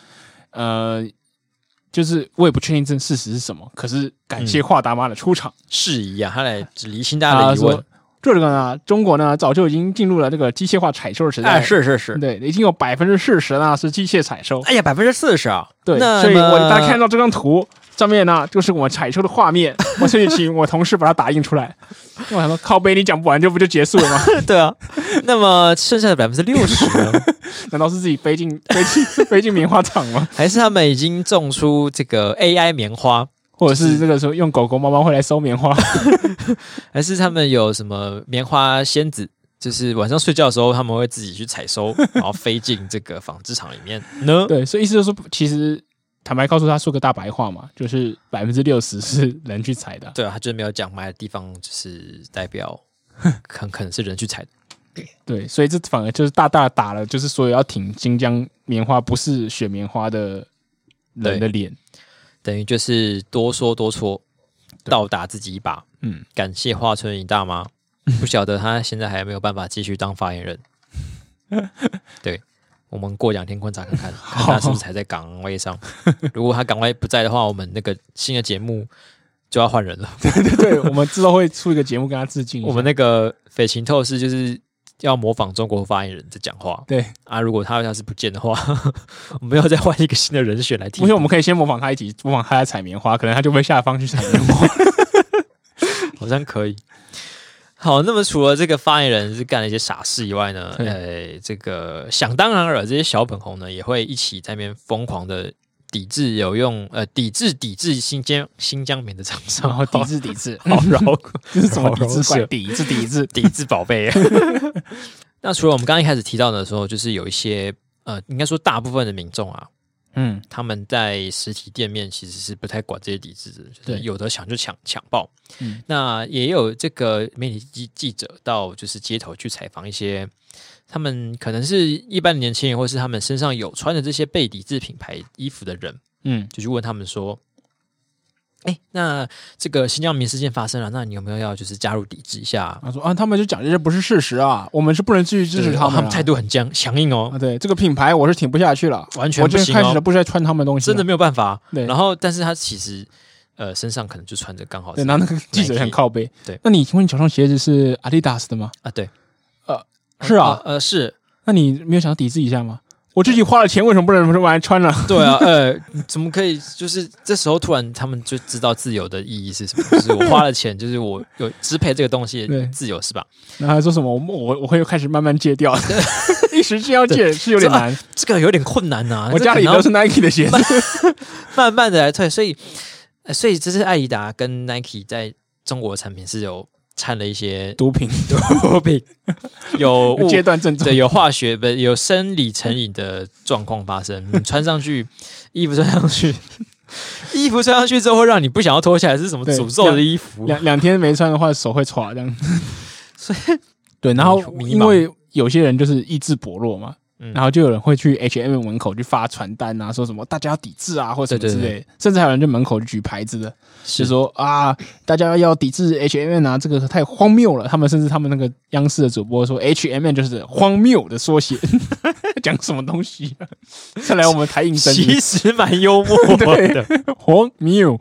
就是我也不确定这事实是什么，可是感谢华大妈的出场， 事宜啊，他来厘清大家的疑问。 这个呢，中国呢早就已经进入了这个机械化采收的时代， 是，对， 已经有40%呢是机械采收。 哎呀，40%啊！ 对，所以大家看到这张图上面呢，就是我们采收的画面，我所以请我同事把它打印出来。我想说，靠背你讲不完不就结束了吗？ 对啊，那么剩下的60%呢？ 难道是自己飞进棉花厂吗？ 还是他们已经种出这个 AI 棉花？ 或者是这个时候用狗狗、猫猫会来收棉花， 还是他们有什么棉花仙子？就是晚上睡觉的时候，他们会自己去采收，然后飞进这个纺织厂里面呢？ 对，所以意思就是说，其实坦白告诉他说个大白话嘛，就是60%是人去采的。 对啊，他就是没有讲埋的地方，就是代表很可能是人去采的。 对，所以这反而就是大大打了，就是所有要挺新疆棉花不是血棉花的人的脸。 等于就是多说多错，倒打自己一把。感谢华春莹大妈，不晓得她现在还有没有办法继续当发言人。对，我们过2天观察看看，看她是不是还在岗位上。如果她岗位不在的话，我们那个新的节目就要换人了。 对，我们之后会出一个节目跟她致敬。 我们那个匪情透视就是要模仿中国发言人在讲话。 对啊，如果他要是不见的话，我们要再换一个新的人选来听。 不行，我们可以先模仿他一起，模仿他在采棉花，可能他就会下方去采棉花， 好像可以。好，那么除了这个发言人是干了一些傻事以外呢，这个想当然尔这些小粉红呢，也会一起在那边疯狂的抵制抵制新疆棉的厂商， 然后抵制， 好绕口， 这是什么抵制怪？抵制宝贝。那除了我们刚刚一开始提到的时候，就是有一些应该说大部分的民众啊，他们在实体店面其实是不太管这些抵制的，就是有的抢就抢爆。那也有这个媒体记者到就是街头去采访一些他们可能是一般的年轻人，或是他们身上有穿的这些被抵制品牌衣服的人，就去问他们说，那这个新疆棉事件发生了，那你有没有要就是加入抵制一下？ 他说啊，他们就讲这些不是事实啊，我们是不能继续支持他们， 他们态度很强硬哦。 对，这个品牌我是挺不下去了， 完全不行哦， 我就开始不再穿他们的东西， 真的没有办法。 对， 然后但是他其实身上可能就穿着刚好是， 对，然后那个记者很靠背， 对， 那你请问你脚上鞋子是 Adidas 的吗？ 啊，对， 是啊， 是。 那你没有想要抵制一下吗？ 我自己花了钱，为什么不能来穿呢？ 对啊，怎么可以？就是这时候突然他们就知道自由的意义是什么，就是我花了钱，就是我有支配这个东西的自由，是吧？ 然后还说什么我会开始慢慢戒掉，一时间要戒是有点难， 这个有点困难啊。 我家里都是 Nike 的鞋子， 慢慢的来退，所以这是艾迪达跟 Nike 在中国的产品是有掺了一些毒品， 有阶段症状， 对，有化学有生理成瘾的状况发生。你穿上去，衣服穿上去之后，会让你不想要脱下来，是什么诅咒的衣服？ 两天没穿的话，手会歘这样。所以对，然后因为有些人就是意志薄弱嘛。然后就有人会去 H&M 门口去发传单啊，说什么大家要抵制啊，或者什么之类的，甚至还有人就门口举牌子的，就说啊，大家要抵制 H&M 啊，这个太荒谬了。他们那个央视的主播说 H&M 就是荒谬的缩写，讲什么东西啊？看来我们台影真其实蛮幽默的， 荒谬。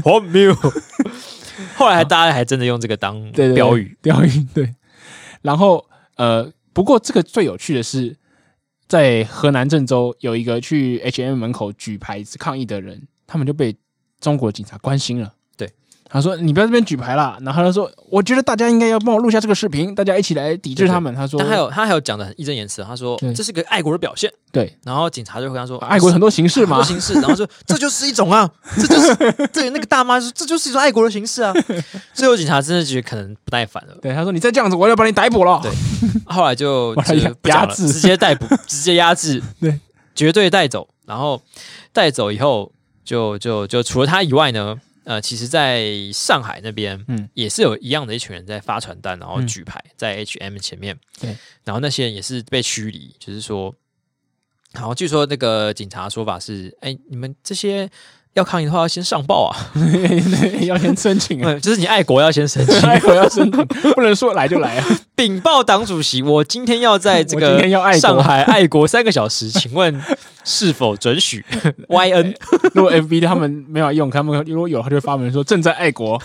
后来大家还真的用这个当标语， 对。然后不过这个最有趣的是。在河南郑州有一个去 H&M 门口举牌子抗议的人，他们就被中国警察关心了。 对， 他说：“你不要这边举牌啦。”然后他就说：“我觉得大家应该要帮我录下这个视频，大家一起来抵制他们。”他说：“ 他还有讲的很义正言辞，他说这是个爱国的表现。”对，然后警察就跟他说：“ 爱国很多形式嘛， 很多形式。”然后说：“这就是一种啊，对那个大妈说这就是一种爱国的形式啊。”最后警察真的觉得可能不耐烦了， 对他说：“你再这样子，我要把你逮捕了。” 对，后来就不讲了，直接逮捕，直接压制， 对， 绝对带走。然后带走以后，就除了他以外呢。其实在上海那边，也是有一样的一群人在发传单，然后举牌在 H&M 前面， 对， 然后那些人也是被驱离，就是说，好像据说那个警察说法是，你们这些要抗议的话要先上报啊， 要先申请啊， 就是你爱国要先申请， 爱国要申请，不能说来就来啊。 禀报党主席，我今天要在这个上海爱国3个小时，请问是否准许 ？YN 如果 FB 他们没有用，他们如果有，他就发文说正在爱国，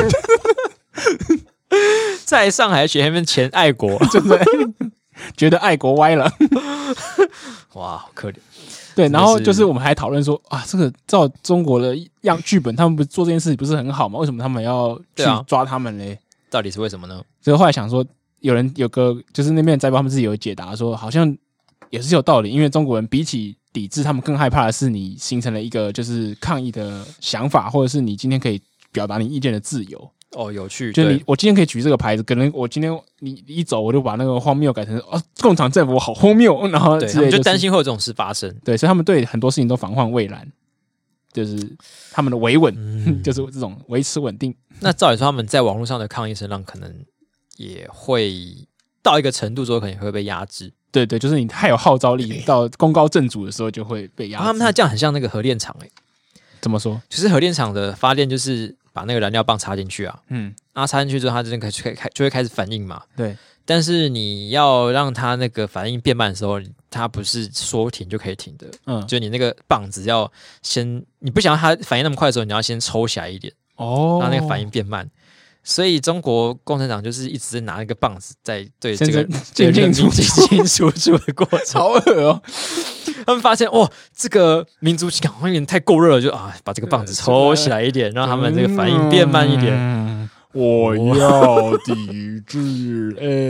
在上海H&M前爱国， 正在觉得爱国歪了， 哇，好可怜。 对，然后就是我们还讨论说啊，这个照中国的剧本，他们不是做这件事情不是很好吗？为什么他们要去抓他们嘞？ 到底是为什么呢？ 所以后来想说，有个就是那边的摘报他们自己有解答说，好像也是有道理，因为中国人比起抵制，他们更害怕的是你形成了一个就是抗议的想法，或者是你今天可以表达你意见的自由。 哦，有趣， 就我今天可以举这个牌子，可能我今天你一走，我就把那个荒谬改成共产政府好荒谬，然后之类就担心会有这种事发生。 对，所以他们对很多事情都防患未然，就是他们的维稳，就是这种维持稳定。 那照理说，他们在网络上的抗议声浪可能也会到一个程度之后，可能会被压制。 对，就是你太有号召力，到功高震主的时候就会被压制。 他们这样很像那个核电厂怎么说？ 就是核电厂的发电就是把那个燃料棒插进去啊，插进去之后，它就会开始反应嘛。 对， 但是你要让它那个反应变慢的时候，它不是说停就可以停的。就你那个棒子要先，你不想让它反应那么快的时候，你要先抽起来一点，让那个反应变慢。所以中国共产党就是一直在拿那个棒子在对这个进进出出的过程， 好恶哦。 他们发现这个民族情好像有点太过热了，就把这个棒子抽起来一点，让他们这个反应变慢一点。 我要抵制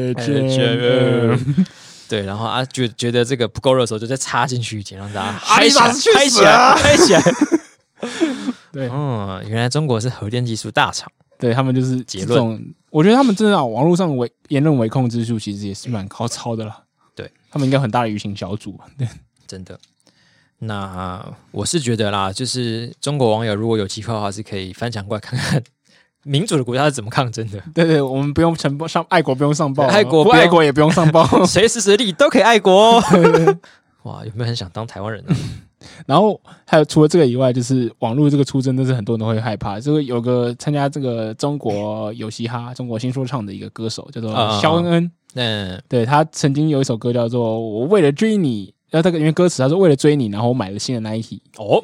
H&M。 对，然后觉得这个不够热的时候，就再插进去一点，让大家嗨起来。对，原来中国是核电技术大厂。 对，他们就是这种，我觉得他们真的网络上言论为控之术，其实也是蛮高超的啦。 对， 他们应该有很大的舆情小组。对， 真的。那我是觉得啦，就是中国网友如果有机会的话，是可以翻墙过来看看民主的国家是怎么抗争的。 对，我们不用上爱国，不用上报， 不爱国也不用上报， 随时随地都可以爱国。哇，有没有很想当台湾人呢？ 然后还有除了这个以外，就是网络这个出征，真是很多人都会害怕。这个有个参加这个中国有嘻哈、中国新说唱的一个歌手，叫做肖恩恩。对，他曾经有一首歌叫做《我为了追你》，因为歌词他说为了追你，然后我买了新的 Nike。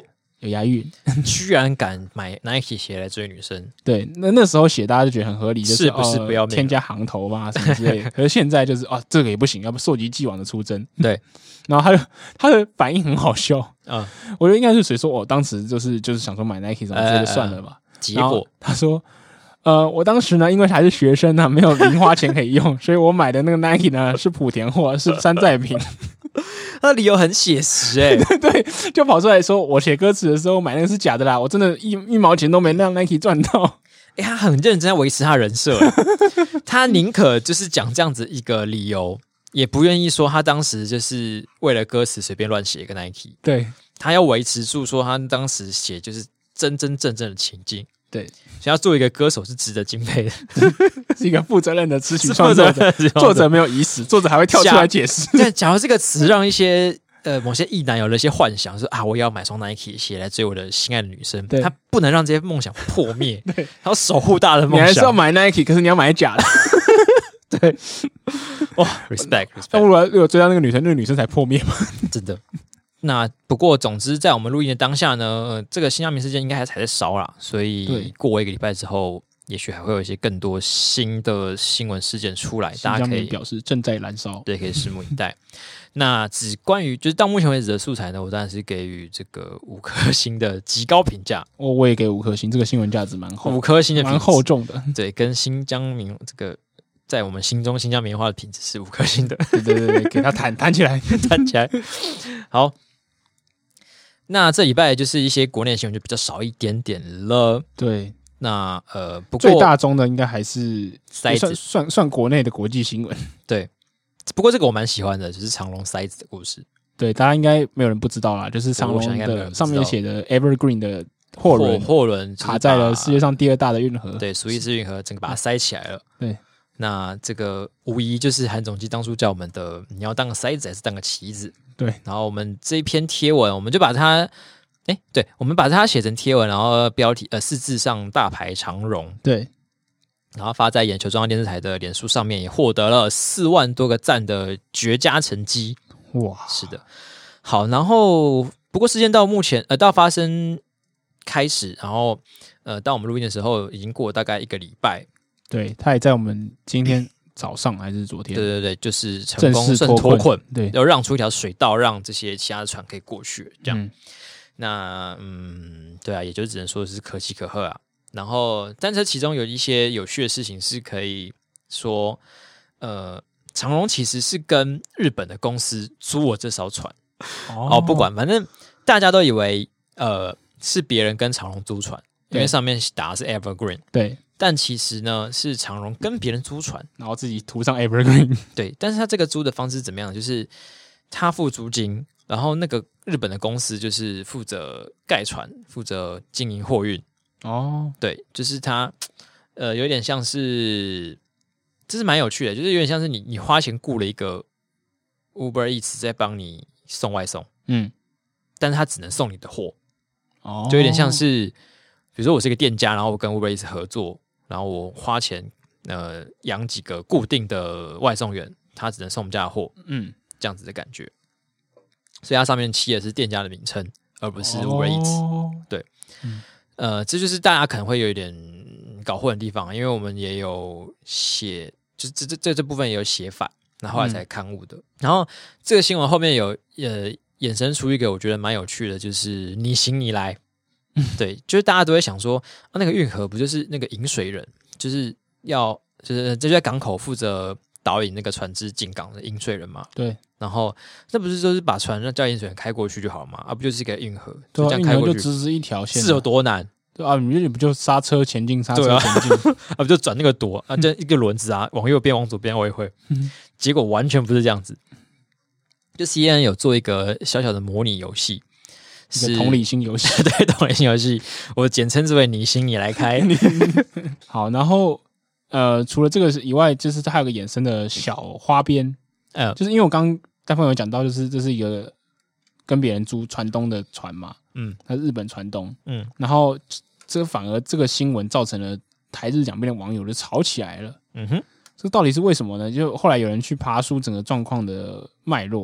有押韵， 居然敢买 Nike 鞋来追女生。 对，那时候写大家就觉得很合理，就是不是不要添加行头嘛什么之类的。可是现在就是这个也不行，要不溯及既往的出征。 对， 然后他的反应很好笑，我觉得应该是谁说当时就是想说买 Nike 什么之类的算了吧。 结果他说。我当时呢，因为还是学生呢，没有零花钱可以用，所以我买的那个 Nike 呢是莆田货，是山寨品。 他的理由很写实对，就跑出来说我写歌词的时候买那个是假的啦，我真的一毛钱都没让 Nike 赚到。 他很认真在维持他人设，他宁可就是讲这样子一个理由，也不愿意说他当时就是为了歌词随便乱写一个 Nike。 对， 他要维持住说他当时写就是真真正正的情境。 对， 想要做一个歌手是值得敬佩的， 是一个负责任的词曲创作者。作者没有已死，作者还会跳出来解释。 对，假如这个词让一些某些异男有了一些幻想，说我要买双 Nike 鞋来追我的心爱的女生，他不能让这些梦想破灭，对，他要守护大的梦想。 你还是要买 Nike， 可是你要买假的。对， 哇 ，respect。 那如果追到那个女生，那个女生才破灭吗？ 真的。那不过，总之，在我们录音的当下呢，这个新疆棉事件应该还在烧啦，所以过一个礼拜之后，也许还会有一些更多新的新闻事件出来，大家可以表示正在燃烧， 对，可以拭目以待。那只关于就是到目前为止的素材呢，我当然是给予这个5颗星的极高评价。 我也给5颗星，这个新闻价值蛮厚 ，5颗星的蛮厚重的， 对，跟新疆棉这个。在我们心中，新疆棉花的品质是5颗星的。 对，给它弹起来， 弹起来。好，那这礼拜就是一些国内新闻就比较少一点点了。 对， 那不过最大宗的应该还是算国内的国际新闻。 对，不过这个我蛮喜欢的，就是长隆塞子的故事。 对，大家应该没有人不知道啦，就是长隆的上面写的 Evergreen 的货轮卡在了世界上第2大的运河， 对，苏伊士运河，整个把它塞起来了。 对。 那这个无疑就是韩总机当初叫我们的，你要当个塞子还是当个棋子？ 对。 然后我们这一篇贴文，我们就把它，对，我们把它写成贴文，然后标题4字上大排长荣， 对。 然后发在眼球中央电视台的脸书上面，也获得了4万多个赞的绝佳成绩。 哇， 是的。好，然后不过事件到目前到发生开始，然后到我们录音的时候，已经过了大概1个礼拜。 对，他也在我们今天早上还是昨天？ 对，就是成功脱困， 对， 要让出一条水道，让这些其他的船可以过去。这样，那对啊，也就只能说是可喜可贺啊。然后，但是其中有一些有趣的事情是可以说，长荣其实是跟日本的公司租我这艘船。不管，反正大家都以为是别人跟长荣租船，因为上面打的是 Evergreen， 对。 但其实呢，是长荣跟别人租船， 然后自己涂上 Evergreen。 对，但是他这个租的方式怎么样？就是他付租金，然后那个日本的公司就是负责盖船，负责经营货运。对，就是他有点像是，这是蛮有趣的，就是有点像是你花钱雇了一个 Uber Eats 在帮你送外送，但是他只能送你的货，就有点像是，比如说我是一个店家，然后我跟 Uber Eats 合作。然后我花钱养几个固定的外送员，他只能送我们家的货，这样子的感觉。所以它上面漆的是店家的名称，而不是 Uber Eats。对，这就是大家可能会有一点搞混的地方，因为我们也有写，就这部分也有写反，那后来才刊物的。然后这个新闻后面有衍生出一个我觉得蛮有趣的，就是你行你来。对，就是大家都会想说，那个运河不就是那个引水人，就是这就在港口负责导引那个船只进港的引水人嘛？ 对。 然后那不是就是把船让叫引水人开过去就好了嘛？不就是一个运河， 对， 就这样开过去， 就直直一条线， 是有多难？ 对啊，你不就刹车前进，刹车前进不就转那个舵就一个轮子啊，往右边往左边我也会，结果完全不是这样子。就 CNN 有做一个小小的模拟游戏。 是同理心游戏， 对，同理心游戏，我简称之为你行你来开。 好，然后除了这个以外，就是它还有个衍生的小花边，就是因为我刚刚大风有讲到，就是这是一个跟别人租船东的船嘛，它是日本船东，然后这反而这个新闻造成了台日两边的网友就吵起来了，这到底是为什么呢？就后来有人去爬出整个状况的脉络。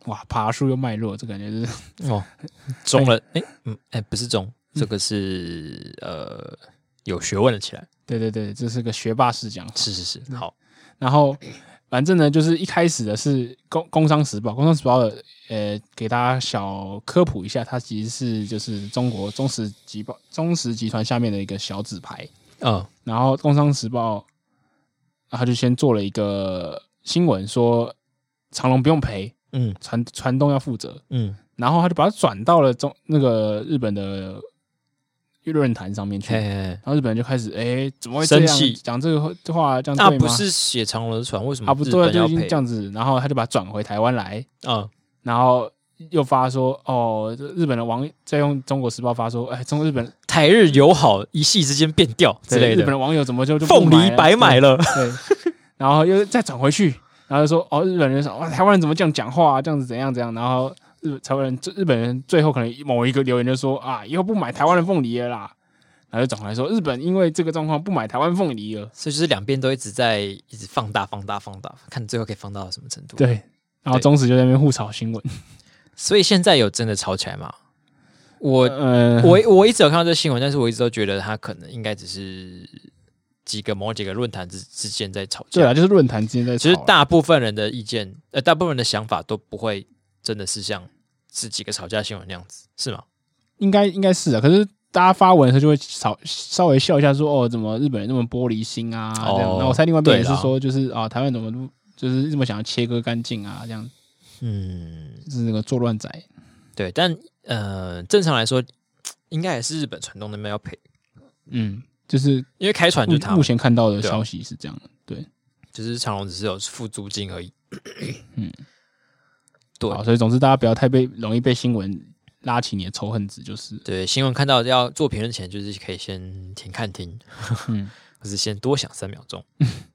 哇，爬树又脉络，这感觉是中了，不是中，这个是有学问了起来。 对，这是个学霸式讲。 是，好。 然后反正呢，就是一开始的是工商时报，工商时报的给大家小科普一下，它其实是就是中国中时集团下面的一个小纸牌。然后工商时报他就先做了一个新闻说长荣不用赔，船东要负责，然后他就把它转到了那个日本的论坛上面去，然后日本人就开始怎么会这样讲这个话，这样对吗？ 那不是写长荣的船，为什么不对，就已经这样子，然后他就把它转回台湾来，然后又发说日本的网在用中国时报发说，日本台日友好一夕之间变调之类的， 日本的网友怎么就凤梨白买了？ 对，然后又再转回去，然后就说日本人说台湾人怎么这样讲话，这样子怎样，然后日本人最后可能某一个留言就说以后不买台湾的凤梨了啦，然后就转回来说日本因为这个状况不买台湾凤梨了， 所以就是两边都一直放大，看最后可以放大到什么程度。 对，然后中时就在那边互炒新闻。 所以现在有真的吵起来吗？我一直有看到这新闻，但是我一直都觉得他可能应该只是某几个论坛之间在吵架。 对啊，就是论坛之间在吵。 其实大部分人的意见，大部分人的想法都不会真的是像是几个吵架新闻那样子，是吗？ 应该是啊，可是大家发文的时候就会稍微笑一下说怎么日本人那么玻璃心啊这样。然后我猜另外一边也是说就是台湾怎么就是这么想要切割干净啊这样。就是那个作乱仔。 对，但正常来说，应该也是日本船东那边要赔。 就是因为开船就是他们目前看到的消息是这样的，对， 就是长荣只是有付租金而已。对， 所以总之大家不要太容易被新闻拉起你的仇恨值，就是对新闻看到要做评论前，就是可以先停看听，或是先多想3秒钟。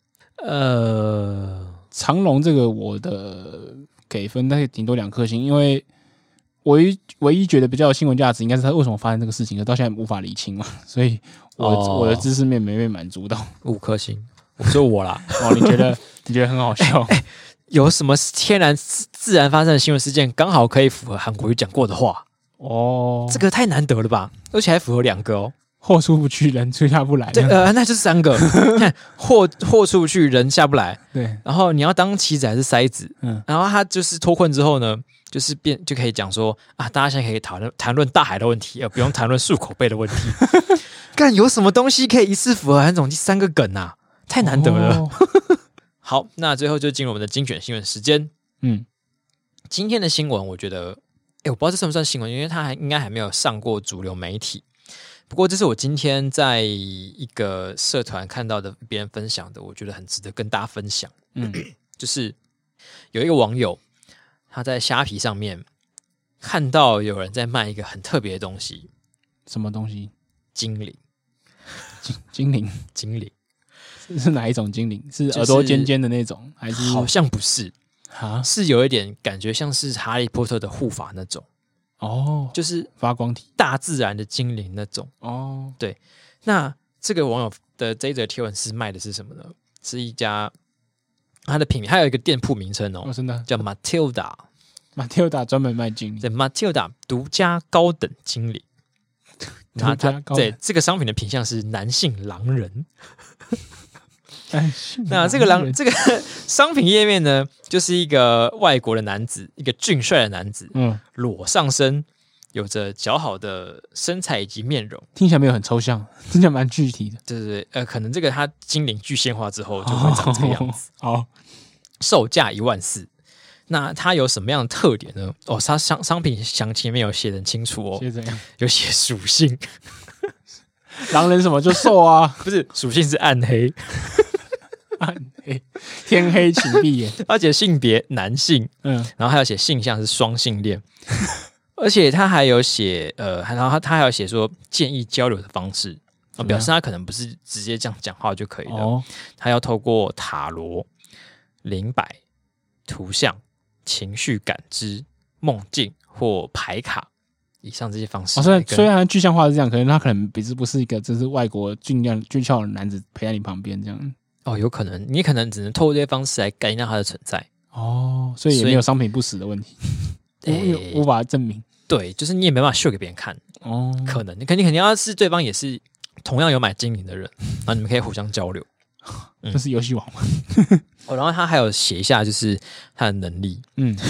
长荣这个我的给分大概顶多2颗星，因为唯一觉得比较有新闻价值，应该是他为什么发生这个事情，可到现在无法理清嘛，所以我的知识面没被满足到。 5颗星，我说我啦。 你觉得很好笑？ 有什么天然自然发生的新闻事件，刚好可以符合韩国瑜讲过的话？这个太难得了吧？而且还符合2个哦。 货出不去，人下不来。 对，那就是3个。看货出不去，人下不来。 对， 然后你要当棋子还是筛子？然后他就是脱困之后呢，就是就可以讲说大家现在可以谈论大海的问题，而不用谈论漱口杯的问题。干有什么东西可以一次符合韩总第3个梗啊？太难得了。好，那最后就进入我们的精选新闻时间。今天的新闻我觉得，我不知道这算不算新闻，因为它应该还没有上过主流媒体。不过这是我今天在一个社团看到的别人分享的，我觉得很值得跟大家分享。就是有一个网友他在虾皮上面看到有人在卖一个很特别的东西。 什么东西？ 精灵。 精灵是哪一种精灵？是耳朵尖尖的那种，还是？ 好像不是是有一点感觉像是哈利波特的护法那种。就是发光体， 大自然的精灵那种。对。那这个网友的这一则贴文是卖的是什么呢？是一家它的品名，还有一个店铺名称真的叫 Matilda。Matilda 专门卖精灵。 对 ，Matilda 独家高等精灵。对，这个商品的品项是男性狼人。那这个商品页面呢，就是一个外国的男子，一个俊帅的男子，裸上身，有着姣好的身材以及面容， 听起来没有很抽象，听起来蛮具体的。 对，可能这个他精灵具现化之后就会长这个样子。 好， 售价14000。那它有什么样的特点呢？它商品详情里面有写得很清楚写怎样？ 有写属性。 狼人什么就瘦啊？ 不是，属性是暗黑。 暗黑，天黑请闭眼。 而且性别男性，然后还有写性向是双性恋，而且他还有写然后他还有写说建议交流的方式，表示他可能不是直接这样讲话就可以了，他要透过塔罗、灵摆、图像、情绪感知、梦境或牌卡以上这些方式。 虽然具象化是这样，可能他可能不是一个就是外国俊俏的男子陪在你旁边这样。 有可能你可能只能透过这些方式来概念到它的存在。 所以也没有商品不实的问题。 无法证明。 对，就是你也没办法秀给别人看哦。可能你肯定要是对方也是同样有买精灵的人，然后你们可以互相交流。 这是游戏王吗？ 然后他还有写一下，就是他的能力。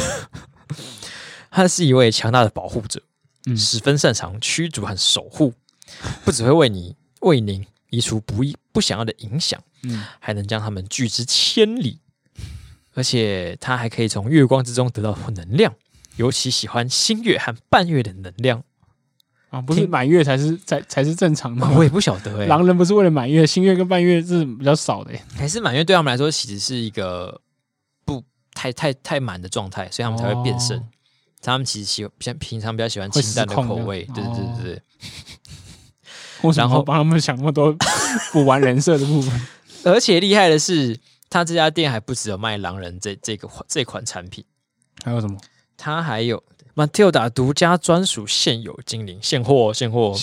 他是一位强大的保护者，十分擅长驱逐和守护，不只会为您移除不想要的影响，还能将他们拒之千里。而且他还可以从月光之中得到能量，尤其喜欢新月和半月的能量。 不是满月才是正常的。 我也不晓得狼人不是为了满月，新月跟半月是比较少的。 还是满月对他们来说其实是一个不太满的状态，所以他们才会变身。他们其实平常比较喜欢清淡的口味，对。 然后帮他们想那么多补完人设的部分。 而且厉害的是，他这家店还不只有卖狼人这款产品， 还有什么？ 他还有 Matilda 独家专属现有精灵现货有现货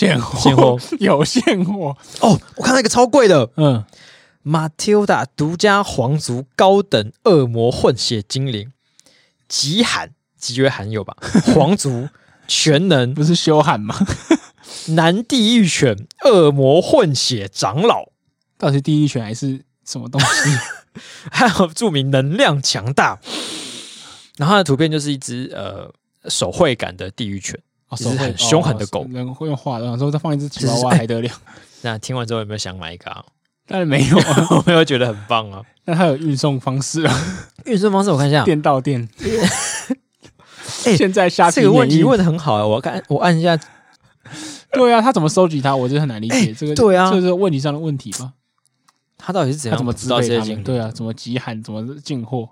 哦！我看到一个超贵的，Matilda 独家皇族高等恶魔混血精灵，极约罕有吧？皇族全能不是修罕吗？ 男地狱犬恶魔混血长老， 到底是地狱犬还是什么东西？ 还有注明能量强大。然后它的图片就是一只手绘感的地狱犬，就是很凶狠的狗。 人会用画的，然后再放一只吉娃娃还得了？ 那听完之后有没有想买一个啊？ 当然没有啊， 我没有觉得很棒啊。 那它有运送方式啊？ 运送方式我看一下， 店到店。现在虾皮这个问题问得很好啊！我按一下。 对啊，他怎么收集它？我真的很难理解。这个对啊， 这是问题上的问题吧？ 他到底是怎样知道这些精灵？对啊，怎么集函？怎么进货？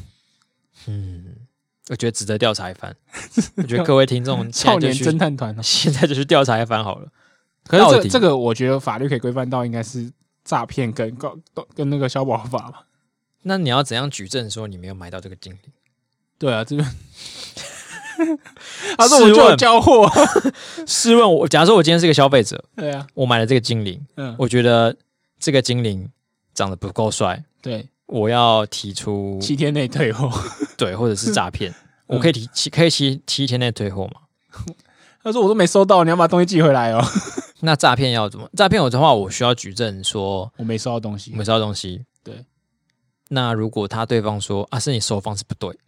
我觉得值得调查一番。我觉得各位听众， 少年侦探团现在就去调查一番好了。 可是这个，我觉得法律可以规范到应该是诈骗跟那个消保法吧？ 那你要怎样举证说你没有买到这个精灵？ 对啊，这个。他说我就有交货。 试问我，假如说我今天是个消费者， 对啊， 我买了这个精灵，我觉得这个精灵长得不够帅， 对， 我要提出 7天内退货， 对，或者是诈骗，我可以7天内退货吗？ 他说我都没收到，你要把东西寄回来哦。 那诈骗要怎么？诈骗我的话，我需要举证说我没收到东西， 对。那如果对方说是你收方式不对。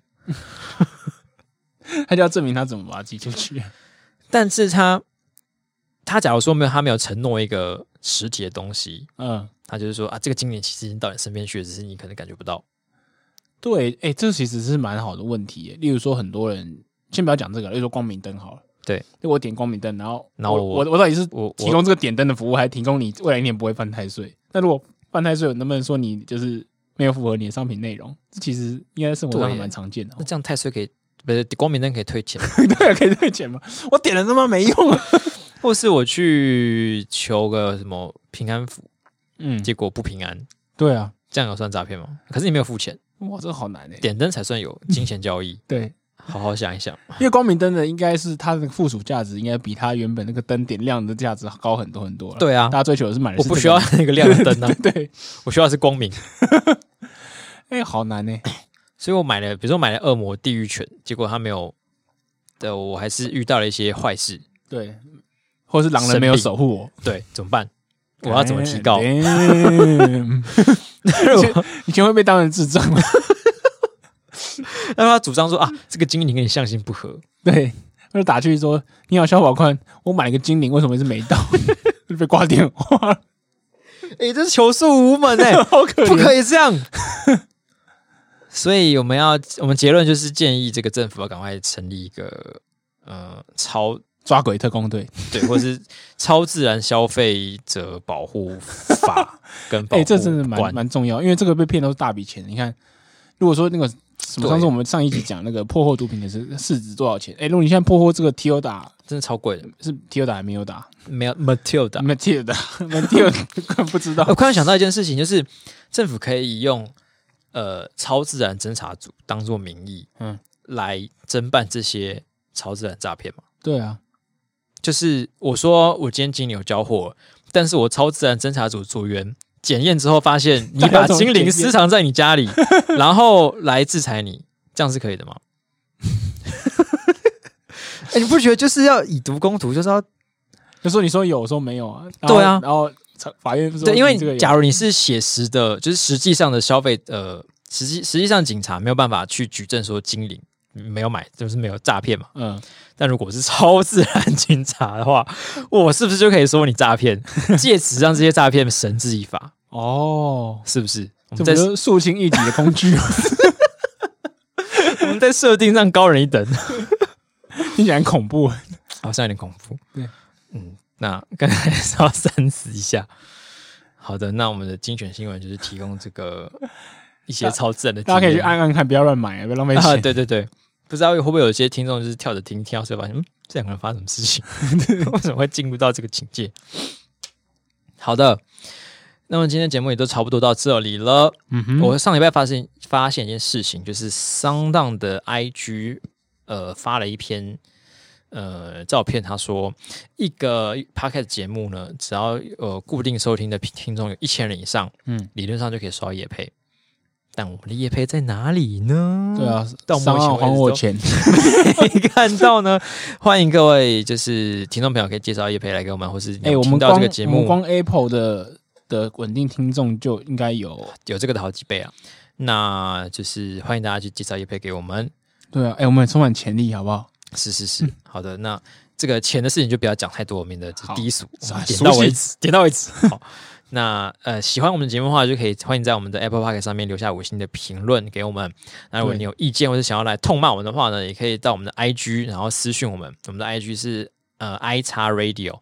他就要证明他怎么把它寄出去， 但是他假如说他没有承诺一个实体的东西，他就是说这个精灵其实已经到你身边去了，只是你可能感觉不到。 对，这其实是蛮好的问题耶。例如说，很多人先不要讲这个，例如说光明灯好了， 对， 我点光明灯，然后我到底是提供这个点灯的服务，还是提供你未来1年不会犯太岁？那如果犯太岁，能不能说你就是没有符合你的商品内容？这其实应该生活上还蛮常见的。 那这样太岁可以？不是光明灯可以退钱？ 对啊，可以退钱吗？我点了他妈没用啊！ 或是我去求个什么平安符，结果不平安。 对啊， 这样有算诈骗吗？可是你没有付钱， 哇，这个好难欸。 点灯才算有金钱交易。 对， 好好想一想， 因为光明灯的应该是它的附属价值应该比它原本那个灯点亮的价值高很多很多了。 对啊， 大家追求的是买的是我不需要那个亮的灯啊， 对， 我需要的是光明。 好难欸。 所以我买了，比如说买了恶魔地狱犬，结果他没有。对，我还是遇到了一些坏事， 对，或是狼人没有守护我， 对，怎么办？我要怎么提告？你全会被当成智障吗？ 那他主张说这个精灵跟你相性不合， 对，他就打去说你好，消保官，我买了个精灵，为什么是没到？就被挂电话。 这是求诉无门好可怜， 不可以这样。所以我们结论就是建议这个政府要赶快成立一个抓鬼特工队， 对，或是超自然消费者保护法跟保护这真的蛮重要，因为这个被骗都是大笔钱。你看，如果说那个什么，上次我们上一集讲那个破获毒品的市值多少钱？如果你现在破获这个 Tilda， 真的超贵的， 是 Tilda 还没有打？ 没有 Matilda 不知道。 我突然想到一件事情，就是政府可以用超自然侦查组当作名义，来侦办这些超自然诈骗嘛？ 对啊， 就是我说我今天精灵有交货，但是我超自然侦查组组员检验之后发现你把精灵私藏在你家里，然后来制裁你，这样是可以的吗？ 你不觉得就是要以毒攻毒，就是要就说你说有，说没有啊？ 对啊， 然后法院对，因为假如你是写实的，就是实际上的消费，实际上警察没有办法去举证说精灵没有买，就是没有诈骗嘛。但如果是超自然警察的话，我是不是就可以说你诈骗，借此让这些诈骗绳之以法？ 哦， 是不是？ 这不是肃清异己的工具吗？ 我们在设定上高人一等， 听起来很恐怖， 好像有点恐怖。 对， 那刚才是要三思一下。好的，那我们的精选新闻就是提供这个一些超自然的， 大家可以去按看，不要乱买，不要浪费钱。 对对对，不知道会不会有些听众就是跳着听到，所以发现这两个人发生什么事情，为什么会进入到这个境界？好的，那么今天节目也都差不多到这里了。我上礼拜发现一件事情，就是 SoundOn 的 IG 发了一篇照片，他说一个 Podcast 节目呢，只要固定收听的听众有1000人以上，理论上就可以收到业配。但我们的业配在哪里呢？ 对啊，到目前为止还我钱没看到呢。欢迎各位就是听众朋友可以介绍业配来给我们，或是我们到这个节目， 光 Apple 的稳定听众就应该有这个的好几倍啊。那就是欢迎大家去介绍业配给我们。 对啊，我们充满潜力，好不好？ 是，好的。那这个钱的事情就不要讲太多，免得低俗，点到为止。好。那喜欢我们的节目的话，就可以欢迎在我们的 Apple Podcast 上面留下5星的评论给我们。那如果你有意见或者想要来痛骂我们的话呢，也可以到我们的 IG 然后私讯我们。我们的 IG 是iXradio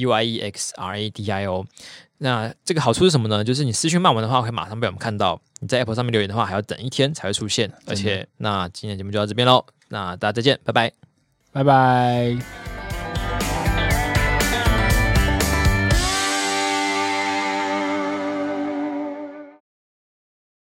EYEXRADIO。那这个好处是什么呢？就是你私讯骂我们的话，会马上被我们看到。你在 Apple 上面留言的话，还要等1天才会出现。而且，那今天的节目就到这边喽。那大家再见，拜拜， 拜拜。